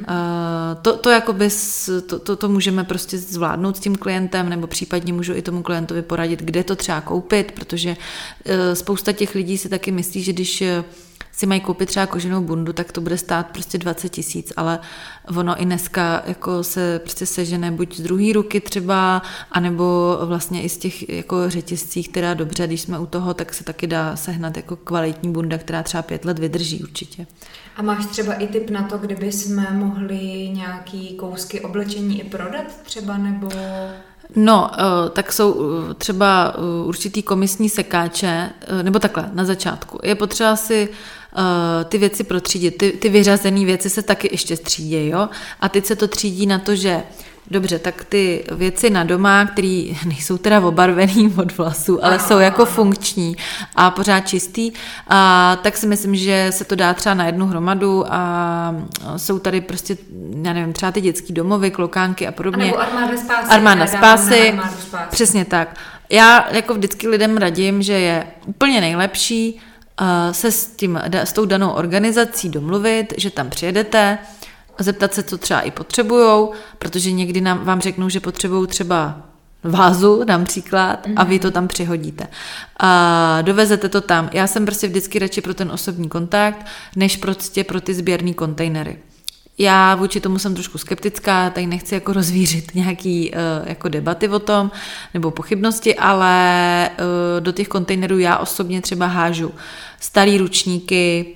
to můžeme prostě zvládnout s tím klientem, nebo případně můžu i tomu klientovi poradit, kde to třeba koupit, protože spousta těch lidí si taky myslí, že když si mají koupit třeba koženou bundu, tak to bude stát prostě 20 000, ale ono i dneska jako se prostě sežene buď z druhé ruky třeba, anebo vlastně i z těch jako řetězcích, která dobře, když jsme u toho, tak se taky dá sehnat jako kvalitní bunda, která třeba 5 let vydrží určitě. A máš třeba i tip na to, kdyby jsme mohli nějaký kousky oblečení i prodat třeba, nebo... No, tak jsou třeba určitý komisní sekáče, nebo takhle, na začátku. Je potřeba si ty věci protřídit. Ty vyřazené věci se taky ještě třídí, jo? A teď se to třídí na to, že dobře, tak ty věci na doma, které nejsou teda obarvený od vlasů, ale jsou jako funkční a pořád čistý, tak si myslím, že se to dá třeba na jednu hromadu a jsou tady prostě, já nevím, třeba ty dětský domovy, klokánky a podobně. A nebo armáda spásy. Armáda spásy, přesně tak. Já jako vždycky lidem radím, že je úplně nejlepší se s tou danou organizací domluvit, že tam přijedete, zeptat se, co třeba i potřebujou, protože někdy vám řeknou, že potřebují třeba vázu, dám příklad, a vy to tam přihodíte. A dovezete to tam. Já jsem prostě vždycky radši pro ten osobní kontakt, než prostě pro ty sběrný kontejnery. Já vůči tomu jsem trošku skeptická, tady nechci jako rozvířit nějaký jako debaty o tom, nebo pochybnosti, ale do těch kontejnerů já osobně třeba hážu starý ručníky,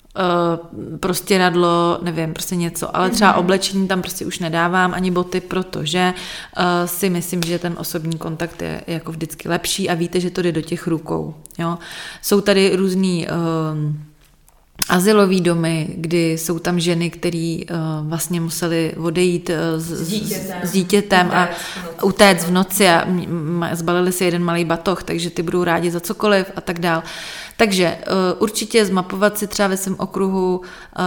prostě radlo, nevím, prostě něco, ale třeba oblečení tam prostě už nedávám, ani boty, protože si myslím, že ten osobní kontakt je jako vždycky lepší a víte, že to jde do těch rukou. Jo? Jsou tady různý azylový domy, kdy jsou tam ženy, které vlastně musely odejít s dítětem a utéct v noci a zbalili si jeden malý batoh, takže ty budou rádi za cokoliv a tak dál. Takže určitě zmapovat si třeba ve svém okruhu,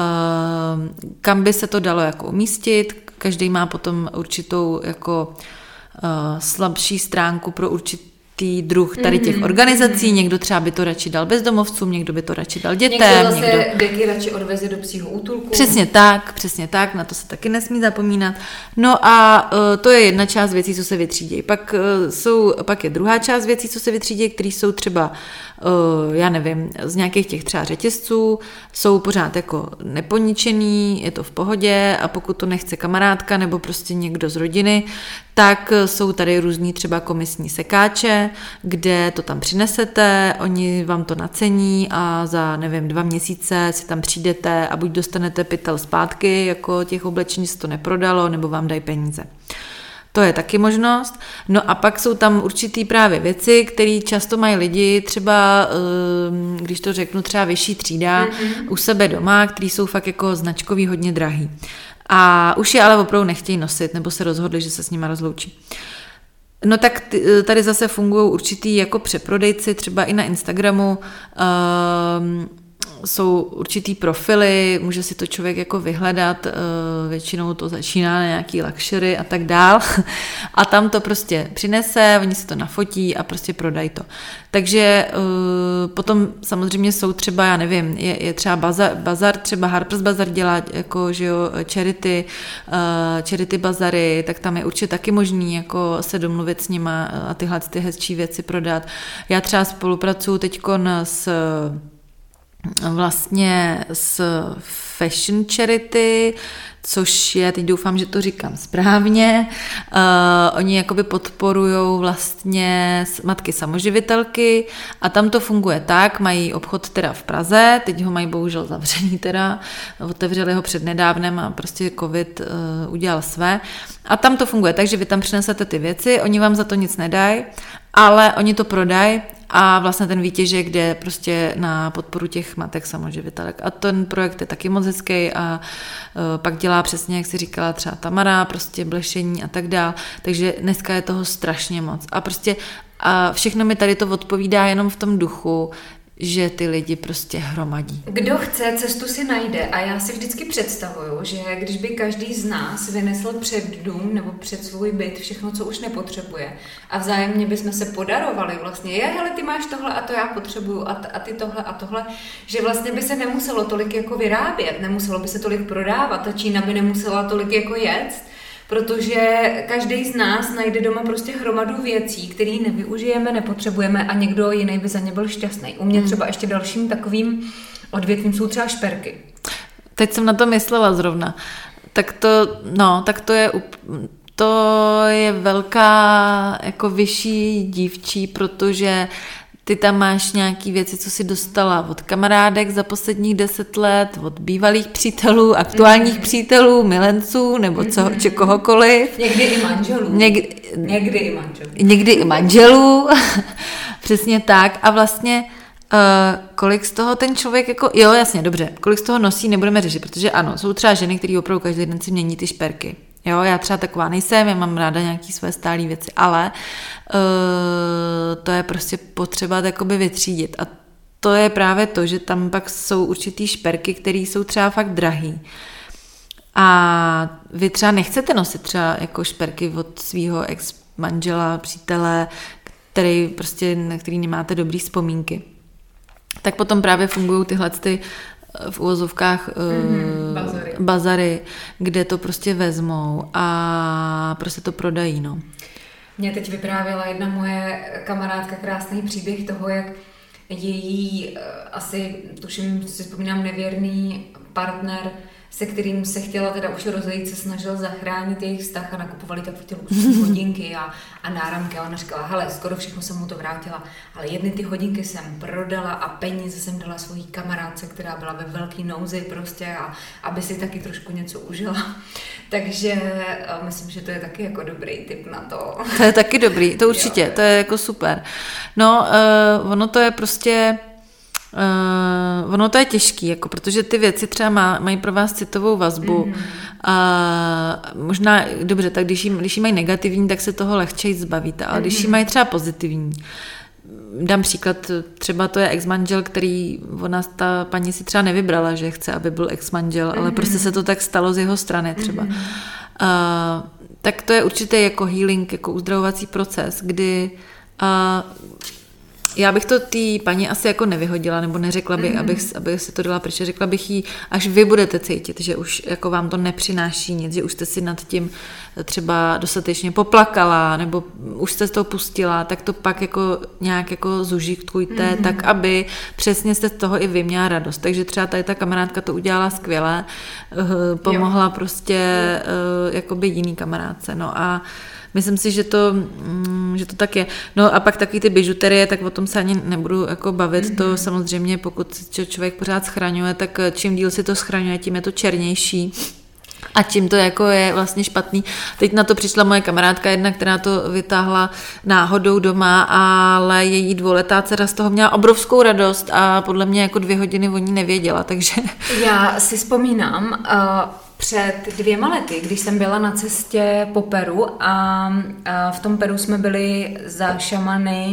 kam by se to dalo jako umístit. Každý má potom určitou jako slabší stránku pro určitý druh tady těch organizací. Někdo třeba by to radši dal bezdomovcům, někdo by to radši dal dětem. Někdo zase děti radši odveze do psího útulku. Přesně tak, na to se taky nesmí zapomínat. No a to je jedna část věcí, co se vytřídějí. Pak je druhá část věcí, co se vytřídějí, které jsou třeba, já nevím, z nějakých těch třeba řetězců, jsou pořád jako neponičený, je to v pohodě a pokud to nechce kamarádka nebo prostě někdo z rodiny, tak jsou tady různý třeba komisní sekáče, kde to tam přinesete, oni vám to nacení a za, nevím, 2 měsíce si tam přijdete a buď dostanete pytel zpátky, jako těch oblečení se to neprodalo, nebo vám dají peníze. To je taky možnost. No a pak jsou tam určitý právě věci, které často mají lidi, třeba, když to řeknu, třeba vyšší třída u sebe doma, který jsou fakt jako značkový hodně drahý. A už je ale opravdu nechtějí nosit, nebo se rozhodli, že se s nima rozloučí. No tak tady zase fungují určitý jako přeprodejci, třeba i na Instagramu jsou určitý profily, může si to člověk jako vyhledat, většinou to začíná na nějaký luxury a tak dál a tam to prostě přinese, oni si to nafotí a prostě prodají to. Takže potom samozřejmě jsou třeba, já nevím, je třeba bazar, třeba Harper's Bazaar dělá jako, že jo, charity bazary, tak tam je určitě taky možný jako se domluvit s nima a tyhle ty hezčí věci prodat. Já třeba spolupracuju teďkon vlastně s Fashion Charity, což je, teď doufám, že to říkám správně, oni jakoby podporujou vlastně matky samoživitelky a tam to funguje tak, mají obchod teda v Praze, teď ho mají bohužel zavřený teda, otevřeli ho přednedávnem a prostě covid udělal své a tam to funguje tak, že vy tam přinesete ty věci, oni vám za to nic nedají, ale oni to prodají a vlastně ten výtěžek jde prostě na podporu těch matek samoživitelek. A ten projekt je taky moc hezký a pak dělá přesně, jak si říkala, třeba Tamara, prostě blešení a tak dál. Takže dneska je toho strašně moc. A prostě a všechno mi tady to odpovídá jenom v tom duchu, že ty lidi prostě hromadí. Kdo chce, cestu si najde a já si vždycky představuju, že když by každý z nás vynesl před dům nebo před svůj byt všechno, co už nepotřebuje a vzájemně bychom se podarovali vlastně, hele, ty máš tohle a to já potřebuju a ty tohle a tohle, že vlastně by se nemuselo tolik jako vyrábět, nemuselo by se tolik prodávat, ta Čína by nemusela tolik jako jet, protože každý z nás najde doma prostě hromadu věcí, které nevyužijeme, nepotřebujeme a někdo jiný by za ně byl šťastný. U mě třeba ještě dalším takovým odvětvím jsou třeba šperky. Teď jsem na to myslela zrovna. Tak to je velká jako vyšší dívčí, protože ty tam máš nějaký věci, co jsi dostala od kamarádek za posledních 10 let, od bývalých přítelů, aktuálních přítelů, milenců, nebo kohokoliv. Někdy i manželů. Někdy i manželů. Přesně tak. A vlastně kolik z toho ten člověk jako, jo, jasně, dobře, kolik z toho nosí, nebudeme řešit, protože ano, jsou třeba ženy, které opravdu každý den si mění ty šperky. Jo, já třeba taková nejsem, já mám ráda nějaký své stálé věci, ale to je prostě potřeba takoby vytřídit. A to je právě to, že tam pak jsou určitý šperky, které jsou třeba fakt drahý. A vy třeba nechcete nosit třeba jako šperky od svého ex-manžela, přítele, na který nemáte dobrý vzpomínky. Tak potom právě fungují tyhle v uvozovkách bazary, kde to prostě vezmou a prostě to prodají, no. Mě teď vyprávěla jedna moje kamarádka krásný příběh toho, jak její asi, tuším, si vzpomínám, nevěrný partner, se kterým se chtěla teda už rozejít, se snažil zachránit jejich vztah a nakupovali takové ty luxusní hodinky a náramky. A ona říkala, hele, skoro všechno jsem mu to vrátila, ale jedny ty hodinky jsem prodala a peníze jsem dala svojí kamarádce, která byla ve velký nouzi prostě a aby si taky trošku něco užila. Takže myslím, že to je taky jako dobrý tip na to. To je taky dobrý, to určitě, to je jako super. No, ono to je prostě... ono to je těžký, jako, protože ty věci třeba mají pro vás citovou vazbu a možná, dobře, tak když jí mají negativní, tak se toho lehčej zbavíte, ale když jí mají třeba pozitivní, dám příklad, třeba to je ex-manžel, který ta paní si třeba nevybrala, že chce, aby byl ex-manžel, ale prostě se to tak stalo z jeho strany třeba. Tak to je určitě jako healing, jako uzdravovací proces, kdy já bych to té paní asi jako nevyhodila, nebo neřekla bych, abych si to dala pryč, řekla bych jí, až vy budete cítit, že už jako vám to nepřináší nic, že už jste si nad tím třeba dostatečně poplakala, nebo už jste z toho pustila, tak to pak jako nějak jako zužitkujte, tak aby přesně jste z toho i vy měla radost. Takže třeba tady ta kamarádka to udělala skvěle, pomohla prostě jakoby jiný kamarádce, no a myslím si, že to tak je. No a pak taky ty bižuterie, tak o tom se ani nebudu jako bavit. To samozřejmě, pokud člověk pořád schraňuje, tak čím díl si to schraňuje, tím je to černější. A čím to jako je vlastně špatný. Teď na to přišla moje kamarádka jedna, která to vytáhla náhodou doma, ale její 2letá dcera z toho měla obrovskou radost a podle mě jako 2 hodiny o ní nevěděla, takže... Já si vzpomínám, před 2 lety, když jsem byla na cestě po Peru a v tom Peru jsme byli za šamany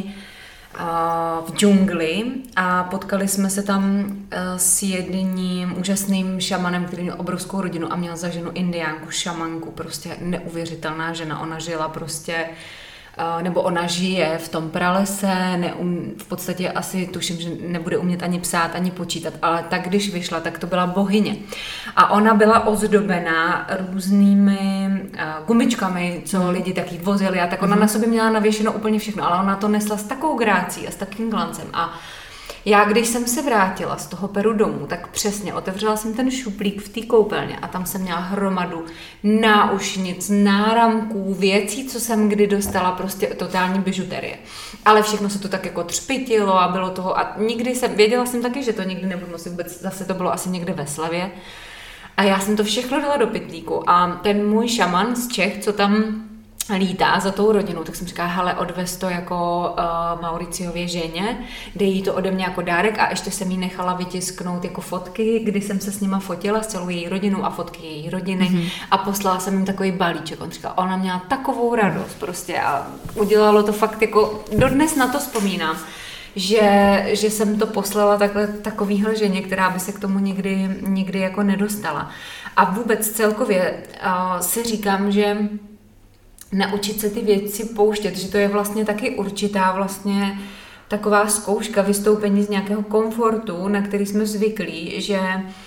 v džungli a potkali jsme se tam s jedním úžasným šamanem, který měl obrovskou rodinu a měl za ženu indiánku, šamanku, prostě neuvěřitelná žena. Ona žila prostě, nebo ona žije v tom pralese, v podstatě asi tuším, že nebude umět ani psát, ani počítat, ale tak když vyšla, tak to byla bohyně. A ona byla ozdobená různými gumičkami, co lidi taky vozili a tak ona na sobě měla navěšeno úplně všechno, ale ona to nesla s takovou grácí a s takým glancem. A já, když jsem se vrátila z toho Peru domů, tak přesně otevřela jsem ten šuplík v té koupelně a tam jsem měla hromadu náušnic, náramků, věcí, co jsem kdy dostala, prostě totální bižuterie. Ale všechno se to tak jako třpitilo a bylo toho a věděla jsem taky, že to nikdy nebudu nosit vůbec, zase to bylo asi někde ve Slavě. A já jsem to všechno dala do pytlíku a ten můj šaman z Čech, co tam lítá za tou rodinou, tak jsem říkala, hele, odvez to jako Mauriciově ženě, dej jí to ode mě jako dárek a ještě jsem jí nechala vytisknout jako fotky, kdy jsem se s nima fotila, s celou její rodinou a fotky její rodiny a poslala jsem jim takový balíček. On říkal, ona měla takovou radost prostě a udělalo to fakt jako, dodnes na to vzpomínám, že jsem to poslala takovýhle ženě, která by se k tomu nikdy jako nedostala. A vůbec celkově si říkám, že naučit se ty věci pouštět, že to je vlastně taky určitá vlastně taková zkouška, vystoupení z nějakého komfortu, na který jsme zvyklí, že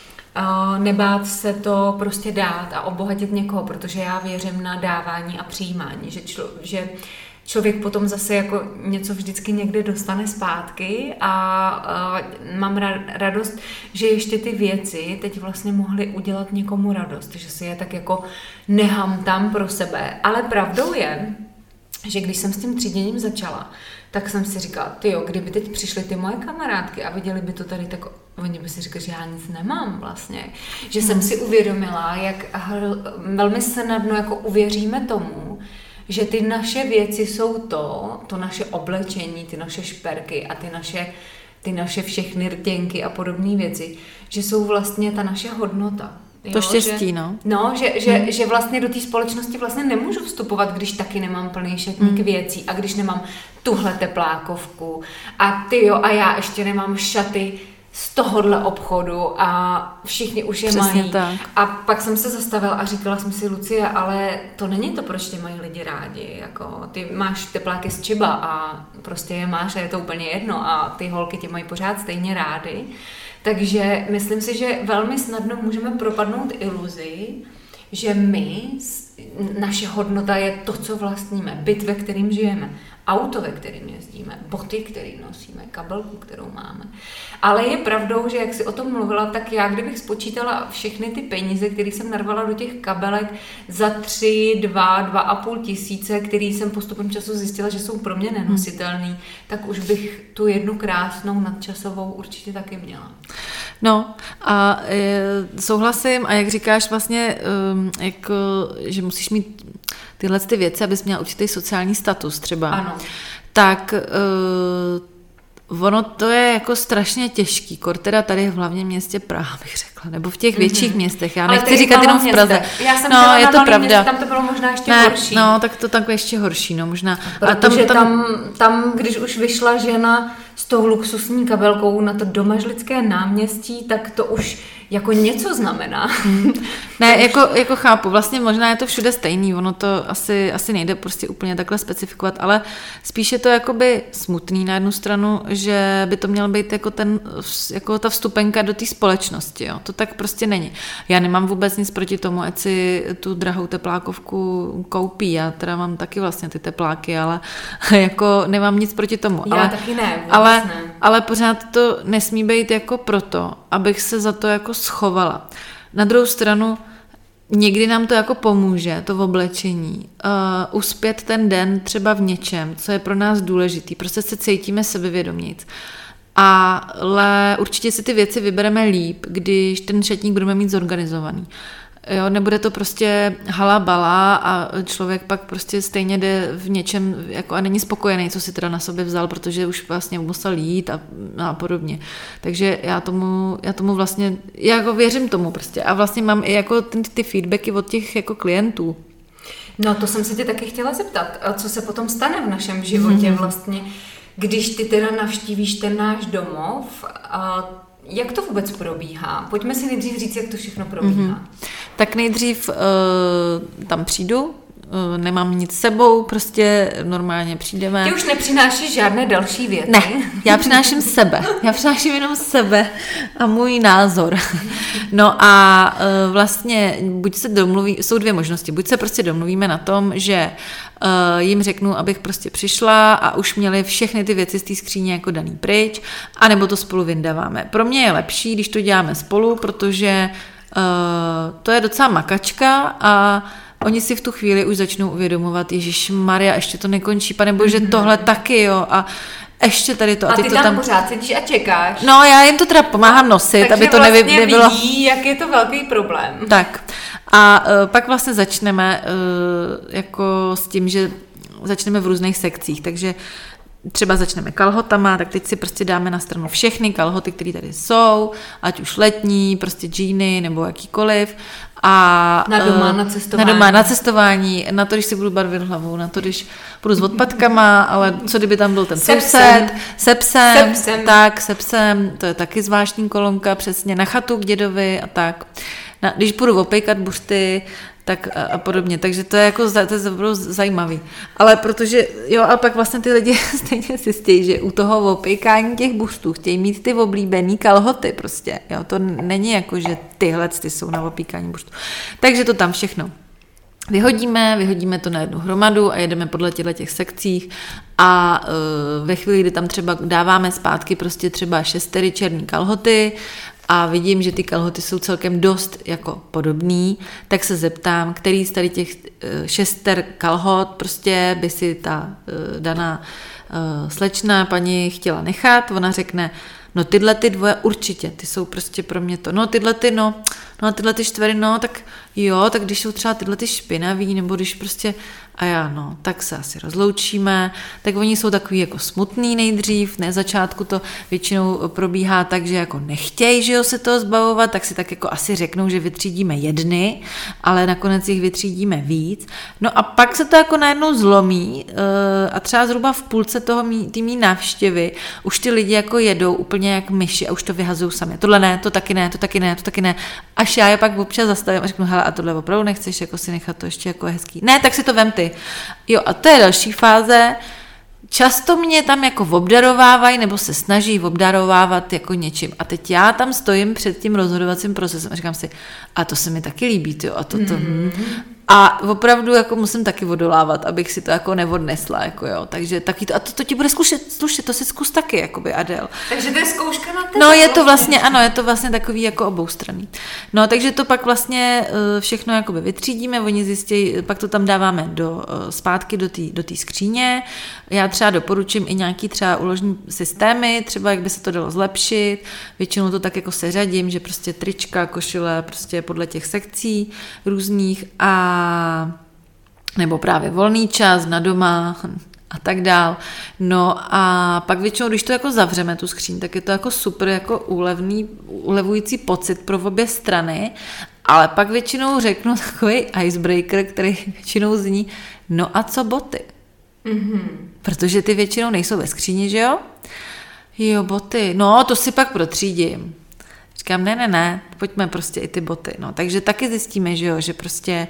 nebát se to prostě dát a obohatit někoho, protože já věřím na dávání a přijímání, že člověk potom zase jako něco vždycky někde dostane zpátky a mám radost, že ještě ty věci teď vlastně mohly udělat někomu radost, že si je tak jako nehám tam pro sebe. Ale pravdou je, že když jsem s tím tříděním začala, tak jsem si říkala, tyjo, kdyby teď přišly ty moje kamarádky a viděli by to tady, tak oni by si řekli, že já nic nemám vlastně. Že jsem si uvědomila, jak velmi snadno jako uvěříme tomu, že ty naše věci jsou to naše oblečení, ty naše šperky a ty naše všechny rtěnky a podobné věci, že jsou vlastně ta naše hodnota. Jo, to štěstí, no. No, že vlastně do té společnosti vlastně nemůžu vstupovat, když taky nemám plný šatník věcí a když nemám tuhle teplákovku a já ještě nemám šaty z tohohle obchodu a všichni už je přesně mají. Tak. A pak jsem se zastavila a říkala jsem si, Lucie, ale to není to, proč tě mají lidi rádi. Jako, ty máš tepláky z Chiba a prostě je máš a je to úplně jedno a ty holky tě mají pořád stejně rády. Takže myslím si, že velmi snadno můžeme propadnout iluzi, že naše hodnota je to, co vlastníme, byt, ve kterým žijeme, auto, ve kterým jezdíme, boty, které nosíme, kabelku, kterou máme. Ale je pravdou, že jak jsi o tom mluvila, tak já, kdybych spočítala všechny ty peníze, které jsem narvala do těch kabelek za 2,5 tisíce, které jsem postupem času zjistila, že jsou pro mě nenositelný, tak už bych tu jednu krásnou nadčasovou určitě taky měla. No a souhlasím a jak říkáš vlastně, že musíš mít tyhle ty věci, abys měla určitý sociální status třeba, ano. Tak ono to je jako strašně těžký, teda tady v hlavním městě Praha bych řekla, nebo v těch větších městech, já nechci říkat jenom v Praze. Já jsem žila je na to pravda. Městě, tam to bylo možná ještě horší. No, tak to takové ještě horší, no možná. Protože tam, když už vyšla žena s tou luxusní kabelkou na to Domažlické náměstí, tak to už jako něco znamená. Ne, jako chápu, vlastně možná je to všude stejný, ono to asi nejde prostě úplně takhle specifikovat, ale spíš je to jakoby smutný na jednu stranu, že by to měl být jako ta vstupenka do té společnosti, jo. To tak prostě není. Já nemám vůbec nic proti tomu, ať si tu drahou teplákovku koupí, já teda mám taky vlastně ty tepláky, ale jako nemám nic proti tomu. Já taky ne, ale pořád to nesmí být jako proto, abych se za to jako schovala. Na druhou stranu někdy nám to jako pomůže, to oblečení, uspět ten den třeba v něčem, co je pro nás důležitý, prostě se cítíme sebevědomějc. Ale určitě si ty věci vybereme líp, když ten šatník budeme mít zorganizovaný. Jo, nebude to prostě halabala a člověk pak prostě stejně jde v něčem jako a není spokojený, co si teda na sobě vzal, protože už vlastně musel jít a podobně. Takže já tomu vlastně, já jako věřím tomu prostě a vlastně mám i jako ty feedbacky od těch jako klientů. No to jsem se tě taky chtěla zeptat, co se potom stane v našem životě vlastně, když ty teda navštívíš ten náš domov a jak to vůbec probíhá? Pojďme si nejdřív říct, jak to všechno probíhá. Tak nejdřív tam přijdu, nemám nic s sebou, prostě normálně přijdeme. Ty už nepřinášíš žádné další věci? Ne, já přináším sebe. Já přináším jenom sebe a můj názor. No a vlastně buď se domluví, jsou dvě možnosti. Buď se prostě domluvíme na tom, že jim řeknu, abych prostě přišla a už měli všechny ty věci z té skříně jako daný pryč, anebo to spolu vyndáváme. Pro mě je lepší, když to děláme spolu, protože to je docela makačka a oni si v tu chvíli už začnou uvědomovat, Ježišmarja, ještě to nekončí, panebože, tohle taky, jo, a ještě tady to. A ty to tam pořád sedíš a čekáš. No, já jim to teda pomáhám nosit, takže aby to vlastně nebylo. Vidí, jak je to velký problém. Tak. A pak vlastně začneme jako s tím, že začneme v různých sekcích, takže třeba začneme kalhotama, tak teď si prostě dáme na stranu všechny kalhoty, které tady jsou, ať už letní, prostě džíny nebo jakýkoliv. A na doma, na cestování. Na doma, na cestování, na to, když si budu barvit hlavou, na to, když budu s odpadkama, ale co kdyby tam byl ten soused, se psem, tak se psem, to je taky zvláštní kolonka, přesně, na chatu k dědovi a tak. Když budu opejkat buřty, tak a podobně, takže to je jako to je zajímavý. Ale protože, jo, a pak vlastně ty lidi stejně si stějí, že u toho opejkání těch buřtů chtějí mít ty oblíbený kalhoty prostě, jo, to není jako, že tyhle ty jsou na opíkání buřtů. Takže to tam všechno vyhodíme to na jednu hromadu a jedeme podle těch sekcích a ve chvíli, kdy tam třeba dáváme zpátky prostě třeba 6 černý kalhoty a vidím, že ty kalhoty jsou celkem dost jako podobný, tak se zeptám, který z tady těch 6 kalhot prostě by si ta daná slečna paní chtěla nechat. Ona řekne, no tyhle ty dvoje určitě, ty jsou prostě pro mě to. No tyhle ty, no a tyhle ty 4, no tak jo, tak když jsou třeba tyhle ty špinavý, nebo když prostě, a já no, tak se asi rozloučíme, tak oni jsou takový jako smutný nejdřív, na začátku to většinou probíhá tak, že jako nechtějí, že jo, se toho zbavovat, tak si tak jako asi řeknou, že vytřídíme jedny, ale nakonec jich vytřídíme víc. No a pak se to jako najednou zlomí a třeba zhruba v půlce toho mý návštěvy už ty lidi jako jedou úplně jak myši a už to vyhazují sami. Tohle ne, to taky ne, to taky ne, to taky ne. Až já je pak občas zastavím a řeknu, hele, a tohle opravdu nechceš jako si nechat to ještě jako hezký. Ne, tak si to vem ty. Jo, a to je další fáze. Často mě tam jako obdarovávají nebo se snaží obdarovávat jako něčím. A teď já tam stojím před tím rozhodovacím procesem a říkám si, a to se mi taky líbí, jo, a to. A opravdu jako musím taky odolávat, abych si to jako neodnesla, jako jo. Takže taky to, a to ti bude slušet, to si zkus taky, jakoby Adel. Takže to je zkouška na tebe. No je to vlastně, ano, je to vlastně takový jako oboustranný. No takže to pak vlastně všechno jakoby vytřídíme, oni zjistí, pak to tam dáváme zpátky do té skříně. Já třeba doporučím i nějaký třeba úložní systémy, třeba jak by se to dalo zlepšit. Většinou to tak jako seřadím, že prostě trička, košile, prostě podle těch sekcí různých a nebo právě volný čas na doma a tak dál. No a pak většinou, když to jako zavřeme tu skříň, tak je to jako super, jako ulevující pocit pro obě strany, ale pak většinou řeknu takový icebreaker, který většinou zní, no a co boty? Mm-hmm. Protože ty většinou nejsou ve skříni, že jo? Jo, boty, no to si pak protřídím. Říkám, ne, pojďme prostě i ty boty. No, takže taky zjistíme, že jo, že prostě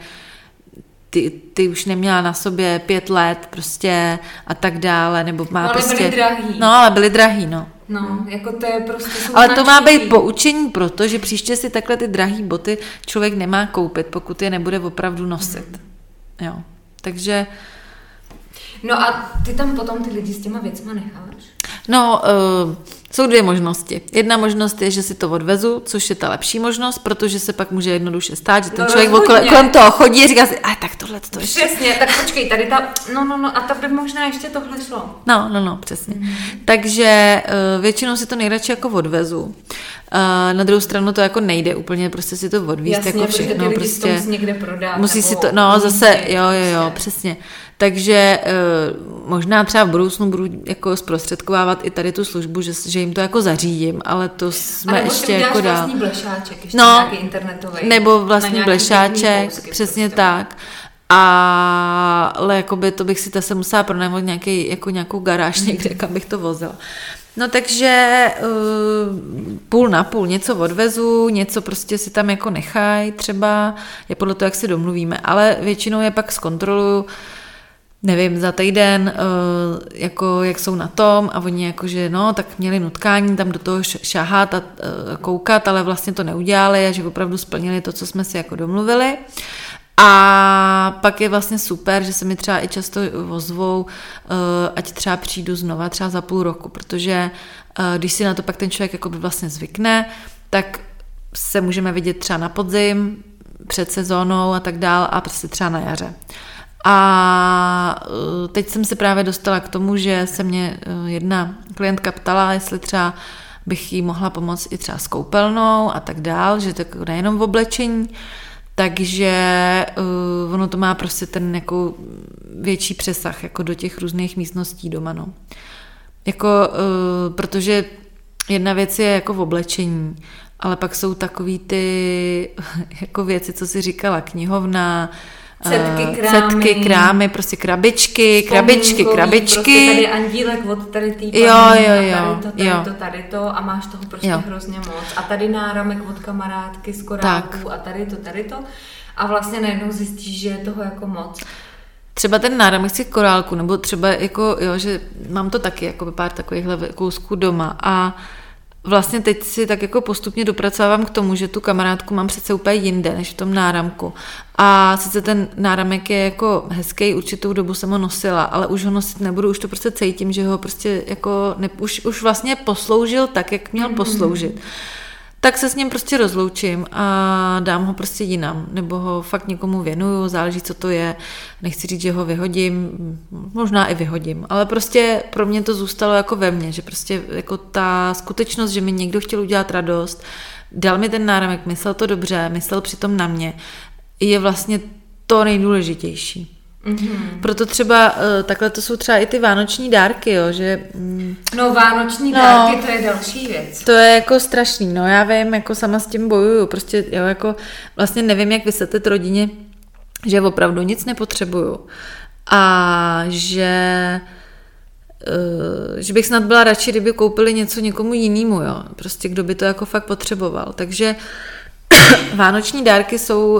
ty už neměla na sobě 5 let prostě a tak dále, nebo má ale prostě... byly drahý. No, ale byly drahý, no. No, jako to je prostě... Ale to má být poučení proto, že příště si takhle ty drahý boty člověk nemá koupit, pokud je nebude opravdu nosit. Jo, takže... No a ty tam potom ty lidi s těma věcma necháš? No, Jsou dvě možnosti. Jedna možnost je, že si to odvezu, což je ta lepší možnost, protože se pak může jednoduše stát, že ten člověk kolem toho chodí a říká si, tak tohle to ještě. Přesně, tak počkej, tady ta, no, a to by možná ještě tohle šlo. No, přesně. Takže většinou si to nejradši jako odvezu. Na druhou stranu to jako nejde úplně prostě si to odvízt. Jasně, jako všechno, ty prostě to musí někde prodat. Musí si to, zase, jo, přesně. Takže možná třeba v budoucnu budu jako zprostředkovávat i tady tu službu, že jim to jako zařídím, ale to jsme nebo ještě jako dál. Vlastní blešáček, ještě nějaký internetový. Nebo vlastní blešáček, přesně prostě. Tak. Ale jakoby to bych si zase musela pronajmout nějakou garáž někde, kam bych to vozila. No takže půl na půl, něco odvezu, něco prostě si tam jako nechaj třeba, je podle toho, jak si domluvíme, ale většinou je pak zkontroluju, nevím, za týden, jako jak jsou na tom a oni jakože tak měli nutkání tam do toho šahat a koukat, ale vlastně to neudělali a že opravdu splnili to, co jsme si jako domluvili. A pak je vlastně super, že se mi třeba i často ozvou, ať třeba přijdu znova třeba za půl roku, protože když si na to pak ten člověk jako by vlastně zvykne, tak se můžeme vidět třeba na podzim, před sezónou a tak dál a prostě třeba na jaře. A teď jsem se právě dostala k tomu, že se mě jedna klientka ptala, jestli třeba bych jí mohla pomoct i třeba s koupelnou a tak dál, že tak nejenom v oblečení, takže ono to má prostě ten jako větší přesah jako do těch různých místností doma. No. Jako, protože jedna věc je jako v oblečení, ale pak jsou takový ty jako věci, co si říkala, knihovna, Cetky, krámy, prostě krabičky. Prostě tady andílek od tady tý tady to a máš toho prostě hrozně moc. A tady náramek od kamarádky z korálků a tady to. A vlastně najednou zjistíš, že je toho jako moc. Třeba ten náramek z korálku, nebo třeba jako, že mám to taky, jako pár takovýchhle kousků doma a vlastně teď si tak jako postupně dopracovávám k tomu, že tu kamarádku mám přece úplně jinde, než v tom náramku. A sice ten náramek je jako hezký, určitou dobu jsem ho nosila, ale už ho nosit nebudu, už to prostě cítím, že ho prostě jako, už vlastně posloužil tak, jak měl posloužit. Tak se s ním prostě rozloučím a dám ho prostě jinam, nebo ho fakt někomu věnuju, záleží, co to je. Nechci říct, že ho vyhodím, možná i vyhodím, ale prostě pro mě to zůstalo jako ve mně, že prostě jako ta skutečnost, že mi někdo chtěl udělat radost, dal mi ten náramek, myslel to dobře, myslel přitom na mě, je vlastně to nejdůležitější. Proto třeba takhle to jsou třeba i ty vánoční dárky, že... vánoční dárky, to je další věc. To je jako strašný, já vím, jako sama s tím bojuju, prostě jako vlastně nevím, jak vysvětlit rodině, že opravdu nic nepotřebuju a že bych snad byla radši, kdyby koupili něco někomu jinému, prostě kdo by to jako fakt potřeboval, takže vánoční dárky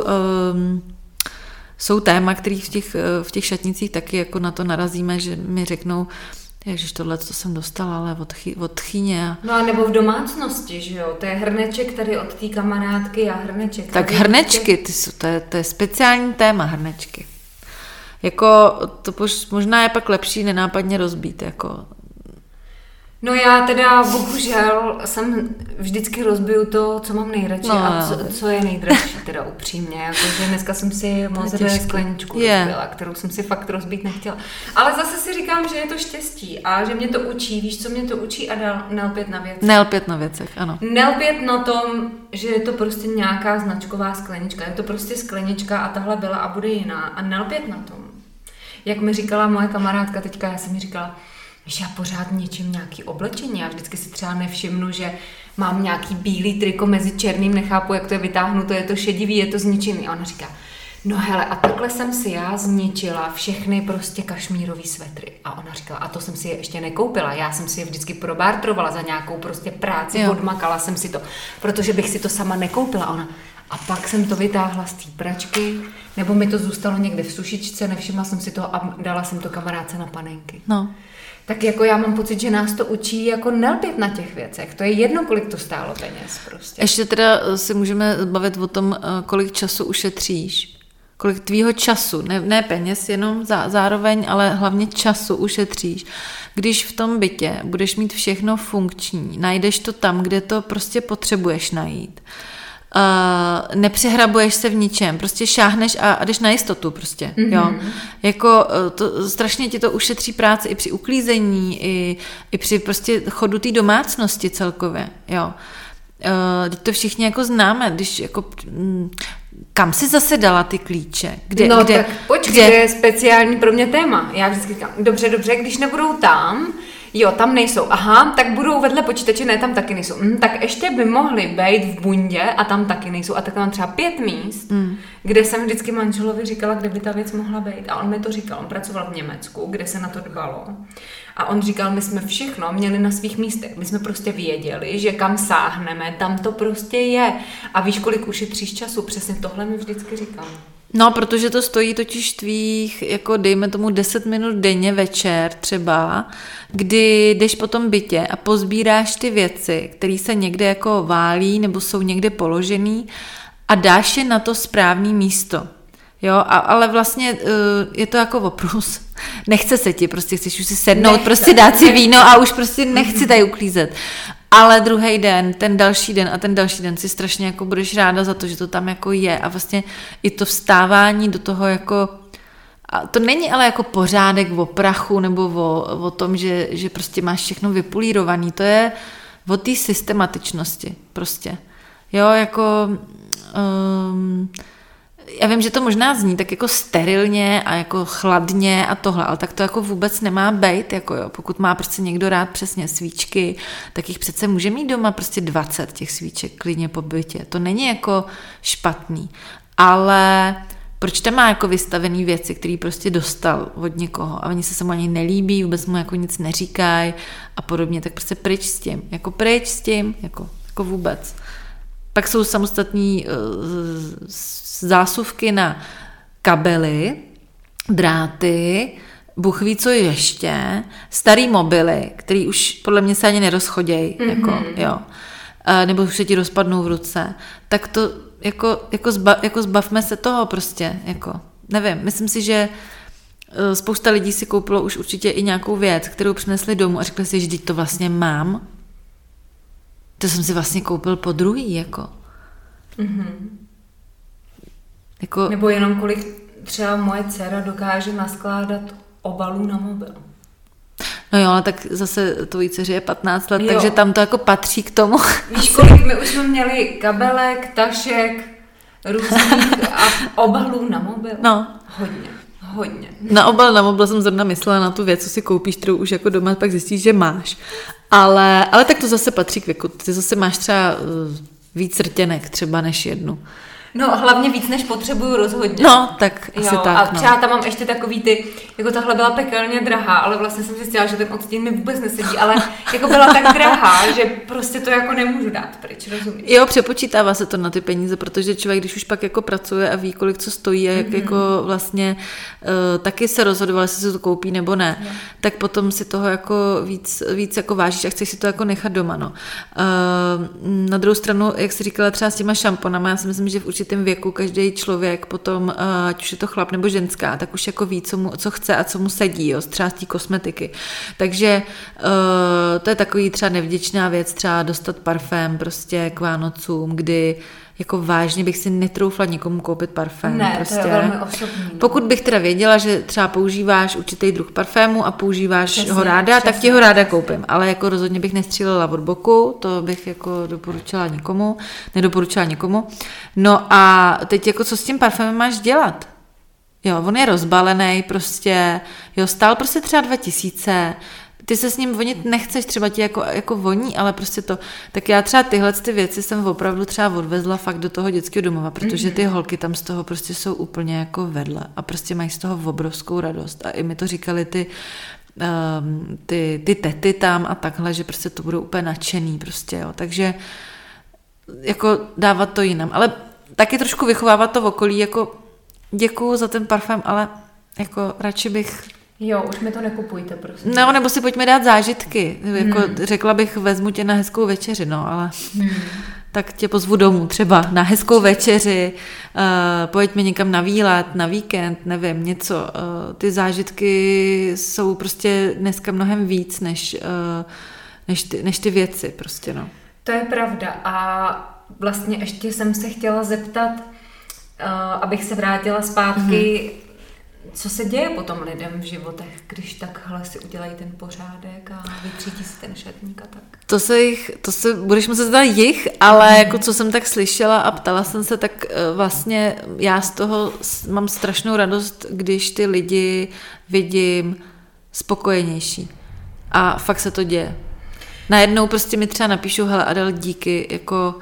jsou téma, který v těch šatnicích taky jako na to narazíme, že mi řeknou, ježiš, tohle, co jsem dostala, ale od chýně. A nebo v domácnosti, že jo, to je hrneček tady od té kamarádky a hrneček. Tak hrnečky, to je speciální téma, hrnečky. Jako, to možná je pak lepší nenápadně rozbít, jako... Já teda bohužel vždycky rozbiju to, co mám nejradši a co je nejdražší teda upřímně, jakože dneska jsem si Mozartové skleničku rozbila, kterou jsem si fakt rozbít nechtěla. Ale zase si říkám, že je to štěstí a že mě to učí, víš, co mě to učí a nelpět na věcech. Nelpět na věcech, ano. Nelpět na tom, že je to prostě nějaká značková sklenička, je to prostě sklenička a tahle byla a bude jiná a nelpět na tom. Jak mi říkala moje kamarádka teďka, já jsem mi říkala, že já pořád něčím nějaký oblečení. Já vždycky si třeba nevšimnu, že mám nějaký bílý triko mezi černým, nechápu, jak to je vytáhnuto, je to šedivý, je to zničený. A ona říká, hele, a takhle jsem si já zničila všechny prostě kašmírový svetry. A ona říkala, a to jsem si je ještě nekoupila, já jsem si je vždycky probártrovala za nějakou prostě práci, odmakala jsem si to, protože bych si to sama nekoupila. Ona, a pak jsem to vytáhla z té pračky, nebo mi to zůstalo někde v sušičce, nevšimla jsem si to a dala jsem to kamarádce na panenky. Tak jako já mám pocit, že nás to učí jako nelpět na těch věcech. To je jedno, kolik to stálo peněz prostě. Ještě teda si můžeme bavit o tom, kolik času ušetříš. kolik tvýho času, ne peněz jenom zároveň, ale hlavně času ušetříš, když v tom bytě budeš mít všechno funkční, najdeš to tam, kde to prostě potřebuješ najít. Nepřehrabuješ se v ničem, prostě šáhneš a jdeš na jistotu prostě, jo. Jako strašně ti to ušetří práci i při uklízení, i při prostě chodu té domácnosti celkově, jo. To všichni jako známe, když jako kam jsi zase dala ty klíče? Tak počkej, to je speciální pro mě téma. Já vždycky říkám, dobře, když nebudou tam, jo, tam nejsou. Aha, tak budou vedle počítače, ne, tam taky nejsou. Tak ještě by mohly být v bundě a tam taky nejsou. A tak mám třeba 5 míst, kde jsem vždycky manželovi říkala, kde by ta věc mohla být. A on mi to říkal, on pracoval v Německu, kde se na to dbalo. A on říkal, my jsme všechno měli na svých místech. My jsme prostě věděli, že kam sáhneme, tam to prostě je. A víš, kolik ušetříš času? Přesně tohle mi vždycky říkal. No, protože to stojí totiž tvých, jako dejme tomu 10 minut denně večer třeba, kdy jdeš po tom bytě a pozbíráš ty věci, které se někde jako válí nebo jsou někde položený a dáš je na to správné místo. Jo, ale vlastně je to jako oprus. Nechce se ti, prostě chceš už si sednout, prostě dát si víno a už prostě nechci tady uklízet. Ale druhý den, ten další den a ten další den si strašně jako budeš ráda za to, že to tam jako je a vlastně i to vstávání do toho jako, a to není ale jako pořádek o prachu nebo o tom, že prostě máš všechno vypulírovaný, to je o té systematičnosti prostě. Jo, jako já vím, že to možná zní tak jako sterilně a jako chladně a tohle, ale tak to jako vůbec nemá bejt, jako jo. Pokud má prostě někdo rád přesně svíčky, tak jich přece může mít doma prostě 20 těch svíček klidně po bytě. To není jako špatný, ale proč tam má jako vystavený věci, který prostě dostal od někoho a oni se mu ani nelíbí, vůbec mu jako nic neříkají a podobně, tak prostě pryč s tím, jako vůbec. Pak jsou samostatní zásuvky na kabely, dráty, Bůh ví, co ještě, starý mobily, který už podle mě se ani nerozchodějí, jako, jo. Nebo už se ti rozpadnou v ruce. Tak to jako zbavme se toho prostě, jako, nevím, myslím si, že spousta lidí si koupilo už určitě i nějakou věc, kterou přinesli domů a řekli si, že teď to vlastně mám. To jsem si vlastně koupil po druhý, jako. Jako. Nebo jenom kolik třeba moje dcera dokáže naskládat obalů na mobil. No jo, ale tak zase tvojí dceři je 15 let, takže tam to jako patří k tomu. Víš, kolik my už jsme měli kabelek, tašek, různých a obalů na mobil? No. Hodně. Na obal na mobil jsem zrovna myslela na tu věc, co si koupíš, kterou už jako doma pak zjistíš, že máš. Ale tak to zase patří k věku. Ty zase máš třeba víc rtěnek třeba než jednu. No hlavně víc, než potřebuju rozhodně. No, tak asi tak. A třeba tam mám ještě takový ty, jako tahle byla pekelně drahá, ale vlastně jsem zjistila, že ten odstín mi vůbec nesedí, ale jako byla tak drahá, že prostě to jako nemůžu dát pryč, rozumíš? Jo, přepočítává se to na ty peníze, protože člověk, když už pak jako pracuje a ví, kolik co stojí a jak jako vlastně taky se rozhodoval, jestli se to koupí nebo ne, tak potom si toho jako víc jako vážíš a chceš si to jako nechat doma, no. Na druhou stranu, jak jsi říkala třeba s těma šamponama, já si myslím, že v určitém věku každý člověk potom, ať už je to chlap nebo ženská, tak už jako ví, co chce a co mu sedí, jo, třeba z té kosmetiky. Takže to je takový třeba nevděčná věc, třeba dostat parfém prostě k Vánocům, kdy jako vážně bych si netroufla nikomu koupit parfém. Ne, prostě. to je velmi osobní. Pokud bych teda věděla, že třeba používáš určitý druh parfému a používáš ho ráda, tak ti ho ráda koupím. Ale jako rozhodně bych nestřílela od boku, to bych jako nedoporučila nikomu. No a teď jako co s tím parfémem máš dělat? Jo, on je rozbalený prostě, jo, stál prostě třeba 2000, ty se s ním vonit nechceš, třeba ti jako voní, ale prostě to, tak já třeba tyhle ty věci jsem opravdu třeba odvezla fakt do toho dětského domova, protože ty holky tam z toho prostě jsou úplně jako vedle a prostě mají z toho obrovskou radost a i mi to říkali ty tety tam a takhle, že prostě to budou úplně nadšený prostě, jo, takže jako dávat to jinam, ale taky trošku vychovávat to v okolí, jako děkuju za ten parfém, ale jako radši bych... Jo, už mi to nekupujte, prosím. No, nebo si pojďme dát zážitky. Jako řekla bych, vezmu tě na hezkou večeři, no, ale tak tě pozvu domů třeba na hezkou večeři, pojďme někam na výlet, na víkend, nevím, něco. Ty zážitky jsou prostě dneska mnohem víc, než ty věci prostě, no. To je pravda a vlastně ještě jsem se chtěla zeptat, abych se vrátila zpátky, co se děje potom lidem v životech, když takhle si udělají ten pořádek a vytřítí si ten šatník a tak? To se budeš muset zdat jich, ale jako co jsem tak slyšela a ptala jsem se, tak vlastně já z toho mám strašnou radost, když ty lidi vidím spokojenější. A fakt se to děje. Najednou prostě mi třeba napíšou, hele Adel, díky, jako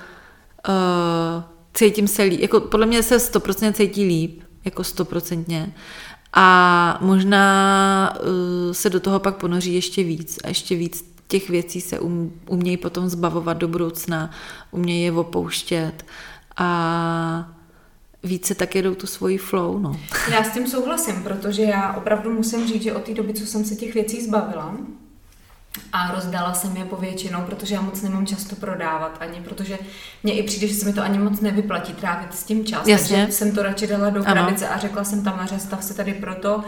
cítím se líp, jako podle mě se 100% cítí líp, jako 100%. A možná se do toho pak ponoří ještě víc a ještě víc těch věcí se umějí potom zbavovat do budoucna, umějí je opouštět a více tak jedou tu svoji flow, no. Já s tím souhlasím, protože já opravdu musím říct, že od té doby, co jsem se těch věcí zbavila a rozdala jsem je povětšinou, protože já moc nemám často prodávat ani, protože mně i přijde, že se mi to ani moc nevyplatí trávit s tím čas. Jasně. Takže jsem to radši dala do krabice a řekla jsem Tamaře, stav se tady proto,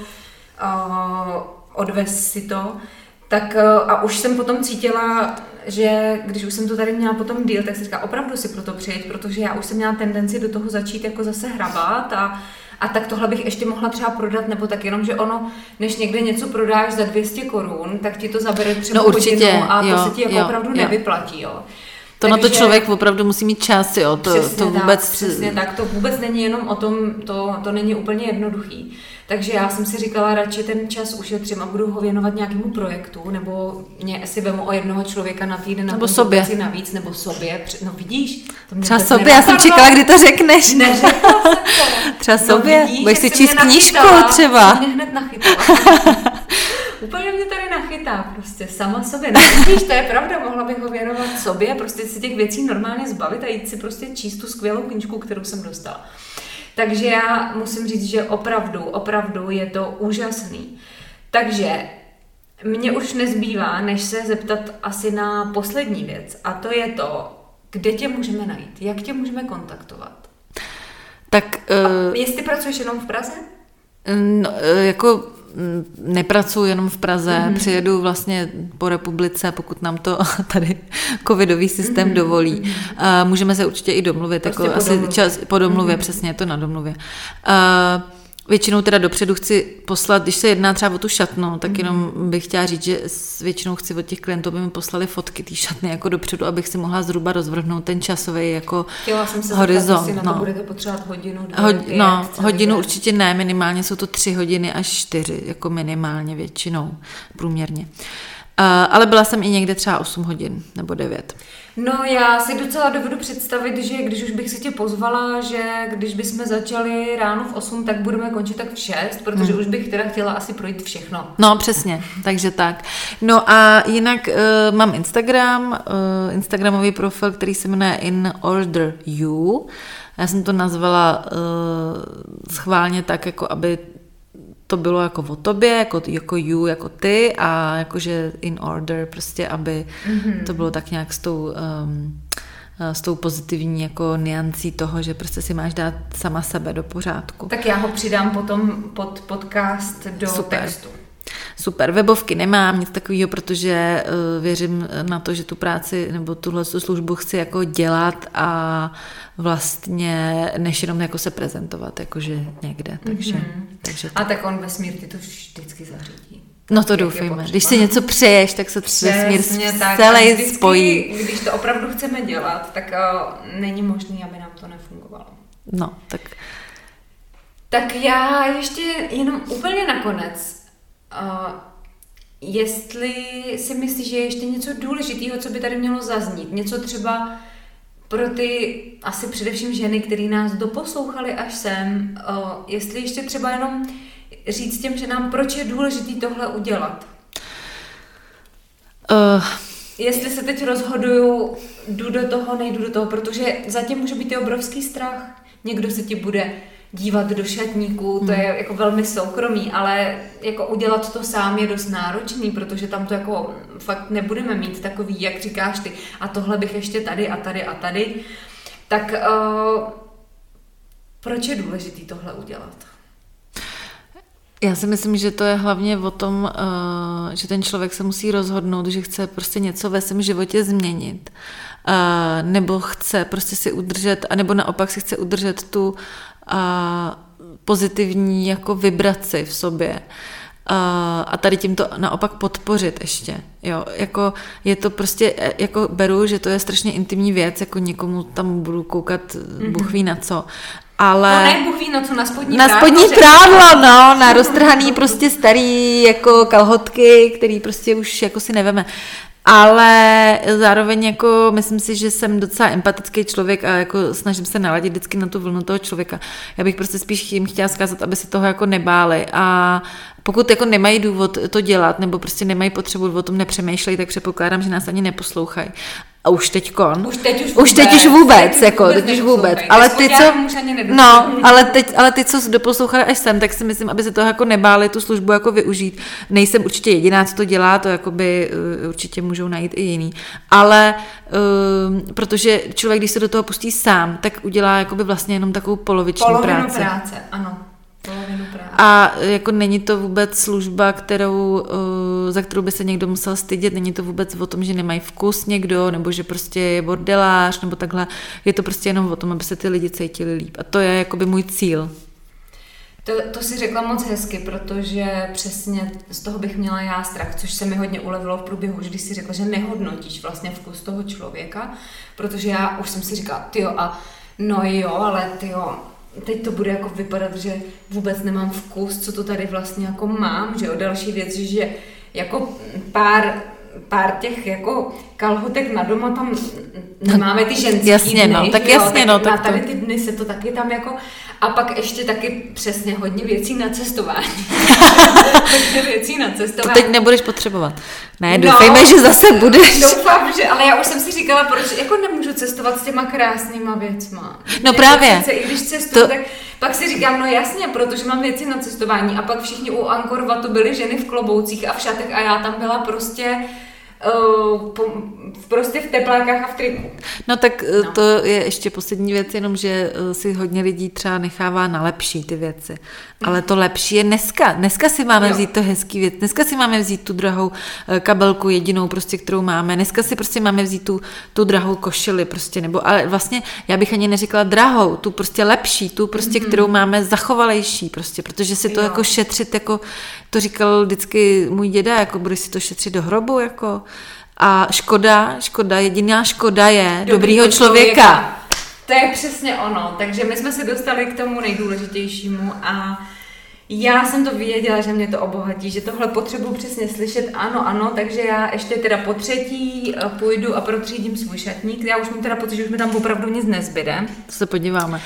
odvez si to. Tak a už jsem potom cítila, že když už jsem to tady měla potom díl, tak se říká, opravdu si proto přijet, protože já už jsem měla tendenci do toho začít jako zase hrabat a tak tohle bych ještě mohla třeba prodat, nebo tak jenom, že ono, než někde něco prodáš za 200 korun, tak ti to zabere třeba hodinu a to se ti jako opravdu nevyplatí, jo. To takže, na to člověk opravdu musí mít čas, jo. To vůbec... Přesně tak, to vůbec není jenom o tom, to není úplně jednoduchý. Takže já jsem si říkala, radši ten čas ušetřím a budu ho věnovat nějakému projektu, nebo si vemu o jednoho člověka na týden na konzultaci navíc, nebo sobě. No vidíš? Třeba sobě, já jsem čekala, kdy to řekneš. Neřekla jsem to. Třeba sobě, budeš si číst knížku třeba. Mě hned nachytala. Úplně mě tady nachytá prostě sama sobě. Nevidíš, to je pravda, mohla bych ho věnovat sobě, prostě si těch věcí normálně zbavit a jít si prostě číst tu skvělou knížku, kterou jsem dostala. Takže já musím říct, že opravdu je to úžasný. Takže mě už nezbývá, než se zeptat asi na poslední věc. A to je to, kde tě můžeme najít, jak tě můžeme kontaktovat. Tak... Jestli pracuješ jenom v Praze? No, jako nepracuji jenom v Praze, přijedu vlastně po republice, pokud nám to tady covidový systém dovolí. Můžeme se určitě i domluvit, prostě jako asi čas po domluvě, přesně je to na domluvě. Většinou teda dopředu chci poslat, když se jedná třeba o tu šatnu, tak jenom bych chtěla říct, že většinou chci od těch klientů, aby mi poslali fotky té šatny jako dopředu, abych si mohla zhruba rozvrhnout ten časový jako horizont. Chtěla jsem se zeptat, na to budete potřebovat hodinu, hodinu určitě ne, minimálně jsou to 3 hodiny až 4, jako minimálně většinou, průměrně. Ale byla jsem i někde třeba 8 hodin nebo 9. No já si docela dovedu představit, že když už bych se tě pozvala, že když bychom začali ráno v 8, tak budeme končit tak v 6, protože už bych teda chtěla asi projít všechno. No přesně, takže tak. No a jinak mám Instagramový profil, který se jmenuje In Order You. Já jsem to nazvala schválně tak, jako aby to bylo jako o tobě, jako you, jako ty a jakože in order, prostě aby to bylo tak nějak s tou pozitivní jako niancí toho, že prostě si máš dát sama sebe do pořádku. Tak já ho přidám potom pod podcast do textu. Super, webovky nemám, nic takového, protože věřím na to, že tu práci nebo tuhle službu chci jako dělat a vlastně než jenom jako se prezentovat, jakože někde, takže a tak on vesmír ty to vždycky zařídí. No to doufejme. Když si něco přeješ, tak se vesmír celý spojí. Když to opravdu chceme dělat, tak není možný, aby nám to nefungovalo. No, tak. Tak já ještě jenom úplně nakonec, jestli si myslíš, že je ještě něco důležitého, co by tady mělo zaznít, něco třeba pro ty asi především ženy, které nás doposlouchaly až sem, jestli ještě třeba jenom říct těm ženám, proč je důležitý tohle udělat. Jestli se teď rozhoduju, jdu do toho, nejdu do toho, protože zatím může být i obrovský strach. Někdo se ti bude dívat do šatníku, to je jako velmi soukromý, ale jako udělat to sám je dost náročný, protože tam to jako fakt nebudeme mít takový, jak říkáš ty, a tohle bych ještě tady a tady a tady. Tak proč je důležitý tohle udělat? Já si myslím, že to je hlavně o tom, že ten člověk se musí rozhodnout, že chce prostě něco ve svém životě změnit. Nebo chce prostě si udržet, anebo naopak si chce udržet tu pozitivní jako vibraci v sobě. A tady tím to naopak podpořit ještě. Jo, jako je to prostě, jako beru, že to je strašně intimní věc, jako někomu tam budu koukat, Bůh ví na co. Ale no ne, Bůh ví na co, na spodní prádlo. Na spodní prádlo, no, na roztrhaný prostě starý jako kalhotky, který prostě už jako si neveme. Ale zároveň jako myslím si, že jsem docela empatický člověk a jako snažím se naladit vždycky na tu vlnu toho člověka. Já bych prostě spíš jim chtěla vzkázat, aby se toho jako nebáli a pokud jako nemají důvod to dělat nebo prostě nemají potřebu, o tom nepřemýšlejí, tak předpokládám, že nás ani neposlouchají. A už teď už vůbec. Ale ty, co ale ty, co doposlouchali až sem, tak si myslím, aby se toho jako nebáli tu službu jako využít. Nejsem určitě jediná, co to dělá, to jakoby určitě můžou najít i jiný. Ale protože člověk, když se do toho pustí sám, tak udělá jakoby vlastně jenom takovou polovinu práce, ano. A jako není to vůbec služba, za kterou by se někdo musel stydět, není to vůbec o tom, že nemají vkus někdo, nebo že prostě je bordelář, nebo takhle. Je to prostě jenom o tom, aby se ty lidi cítili líp. A to je jakoby můj cíl. To si řekla moc hezky, protože přesně z toho bych měla já strach, což se mi hodně ulevilo v průběhu, když si řekla, že nehodnotíš vlastně vkus toho člověka, protože já už jsem si říkala, ale teď to bude jako vypadat, že vůbec nemám vkus, co to tady vlastně jako mám, že jo, další věc, že jako pár těch jako kalhotek na doma tam nemáme ty ženský jasně, dny, no, tak jasně, no, tak tady ty dny se to taky tam jako a pak ještě taky přesně hodně věcí na cestování. To teď nebudeš potřebovat. Ne, doufejme, že zase budeš. Doufám, že, ale já už jsem si říkala, proč jako nemůžu cestovat s těma krásnýma věcma. No právě. Přece, i když cestuju, tak pak si říkám, no jasně, protože mám věci na cestování a pak všichni u Angkor Watu byli ženy v kloboucích a v šatech a já tam byla prostě v teplákách a v triku. No tak to je ještě poslední věc, jenom že si hodně lidí třeba nechává na lepší ty věci. Ale to lepší je dneska. Dneska si máme vzít to hezký věc. Dneska si máme vzít tu drahou kabelku jedinou prostě, kterou máme. Dneska si prostě máme vzít tu drahou košili prostě, nebo ale vlastně já bych ani neříkala drahou, tu prostě lepší, tu prostě, kterou máme zachovalejší prostě, protože si to jako šetřit, jako to říkal vždycky můj děda, jako budeš si to šetřit do hrobu, jako a jediná škoda je dobrýho člověka. To je přesně ono, takže my jsme se dostali k tomu nejdůležitějšímu a já jsem to věděla, že mě to obohatí, že tohle potřebuji přesně slyšet, ano, takže já ještě teda po třetí půjdu a protřídím svůj šatník, já už mám teda pocit, že už mi tam opravdu nic nezbyde. To se podíváme.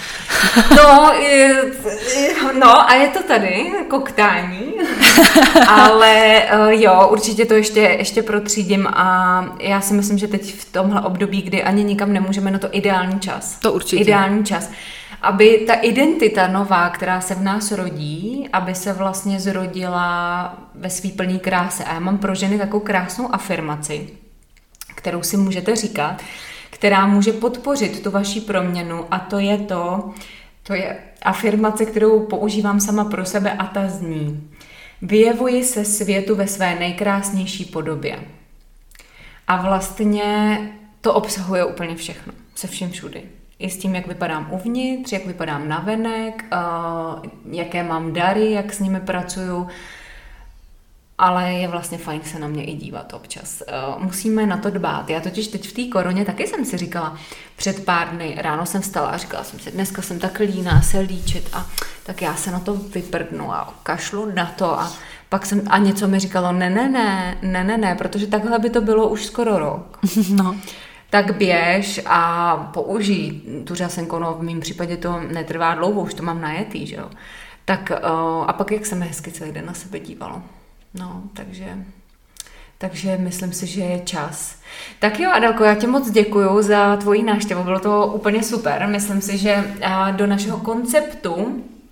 No a je to tady, koktání, ale jo, určitě to ještě protřídím a já si myslím, že teď v tomhle období, kdy ani nikam nemůžeme, na to ideální čas. To určitě. Ideální čas. Aby ta identita nová, která se v nás rodí, aby se vlastně zrodila ve svý plný kráse. A já mám pro ženy takovou krásnou afirmaci, kterou si můžete říkat, která může podpořit tu vaši proměnu a to je afirmace, kterou používám sama pro sebe a ta zní: vyjevuji se světu ve své nejkrásnější podobě. A vlastně to obsahuje úplně všechno, se vším všudy. I s tím, jak vypadám uvnitř, jak vypadám navenek, jaké mám dary, jak s nimi pracuju, ale je vlastně fajn se na mě i dívat občas. Musíme na to dbát. Já totiž teď v té koroně taky jsem si říkala, před pár dny ráno jsem vstala a říkala jsem si, dneska jsem tak líná se líčit a tak já se na to vyprdnu a kašlu na to a pak a něco mi říkalo, ne, protože takhle by to bylo už skoro rok. No. Tak běž a použij tu řasenku, no v mém případě to netrvá dlouho, už to mám najetý, že jo. Tak a pak jak se mi hezky celý den na sebe dívalo. No, takže myslím si, že je čas. Tak jo, Adelko, já ti moc děkuju za tvoji návštěvu, bylo to úplně super. Myslím si, že do našeho konceptu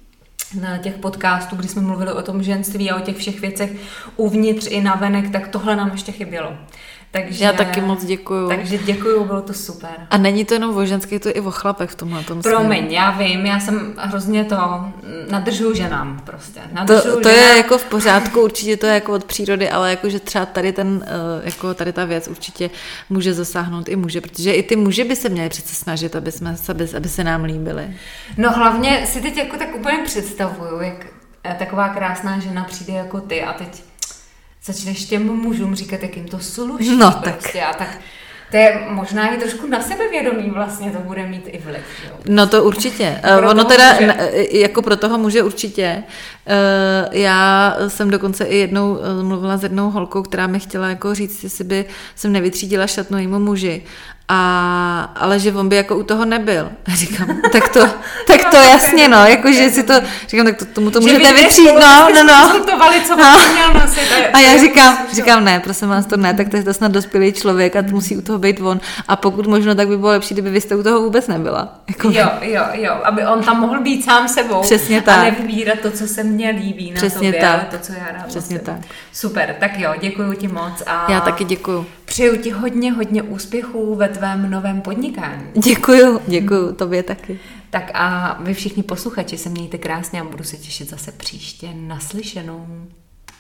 na těch podcastů, kdy jsme mluvili o tom ženství a o těch všech věcech uvnitř i navenek, tak tohle nám ještě chybělo. Takže, já taky moc děkuju. Takže děkuju, bylo to super. A není to jenom o ženské, je to i o chlapech v tomhle tom směru. Promiň, já vím, já jsem hrozně nadržuju ženám prostě. To je jako v pořádku, určitě to je jako od přírody, ale jakože třeba tady ta věc určitě může zasáhnout i muže, protože i ty muži by se měli přece snažit, aby se nám líbili. No hlavně si teď jako tak úplně představuju, jak taková krásná žena přijde jako ty a teď začneš těm mužům říkat, jak jim to sluší. No prostě. Tak to je možná i trošku na sebevědomí vlastně to bude mít i vliv. Jo. No to určitě. Ono teda, jako pro toho muže určitě. Já jsem dokonce i jednou mluvila s jednou holkou, která mi chtěla jako říct, jestli jsem nevytřídila šatnu jejímu muži. Ale že on by jako u toho nebyl. A říkám, tak to jasně, no, jakože si to, říkám, tak tomu to můžete vytřít, no. A já říkám, ne, prosím vás, to ne, tak to je to snad dospělý člověk a musí u toho být on. A pokud možno, tak by bylo lepší, kdyby vy jste u toho vůbec nebyla. Jako... Jo, aby on tam mohl být sám sebou. Přesně tak. A nevybírat to, co se mně líbí na přesně tobě, tak. ale to, co já dám. Přesně tak. Super, tak jo, děkuju ti moc. A já taky děkuju. Přeju ti hodně úspěchů ve tvém novém podnikání. Děkuju, tobě taky. Tak a vy všichni posluchači se mějte krásně a budu se těšit zase příště. Naslyšenou.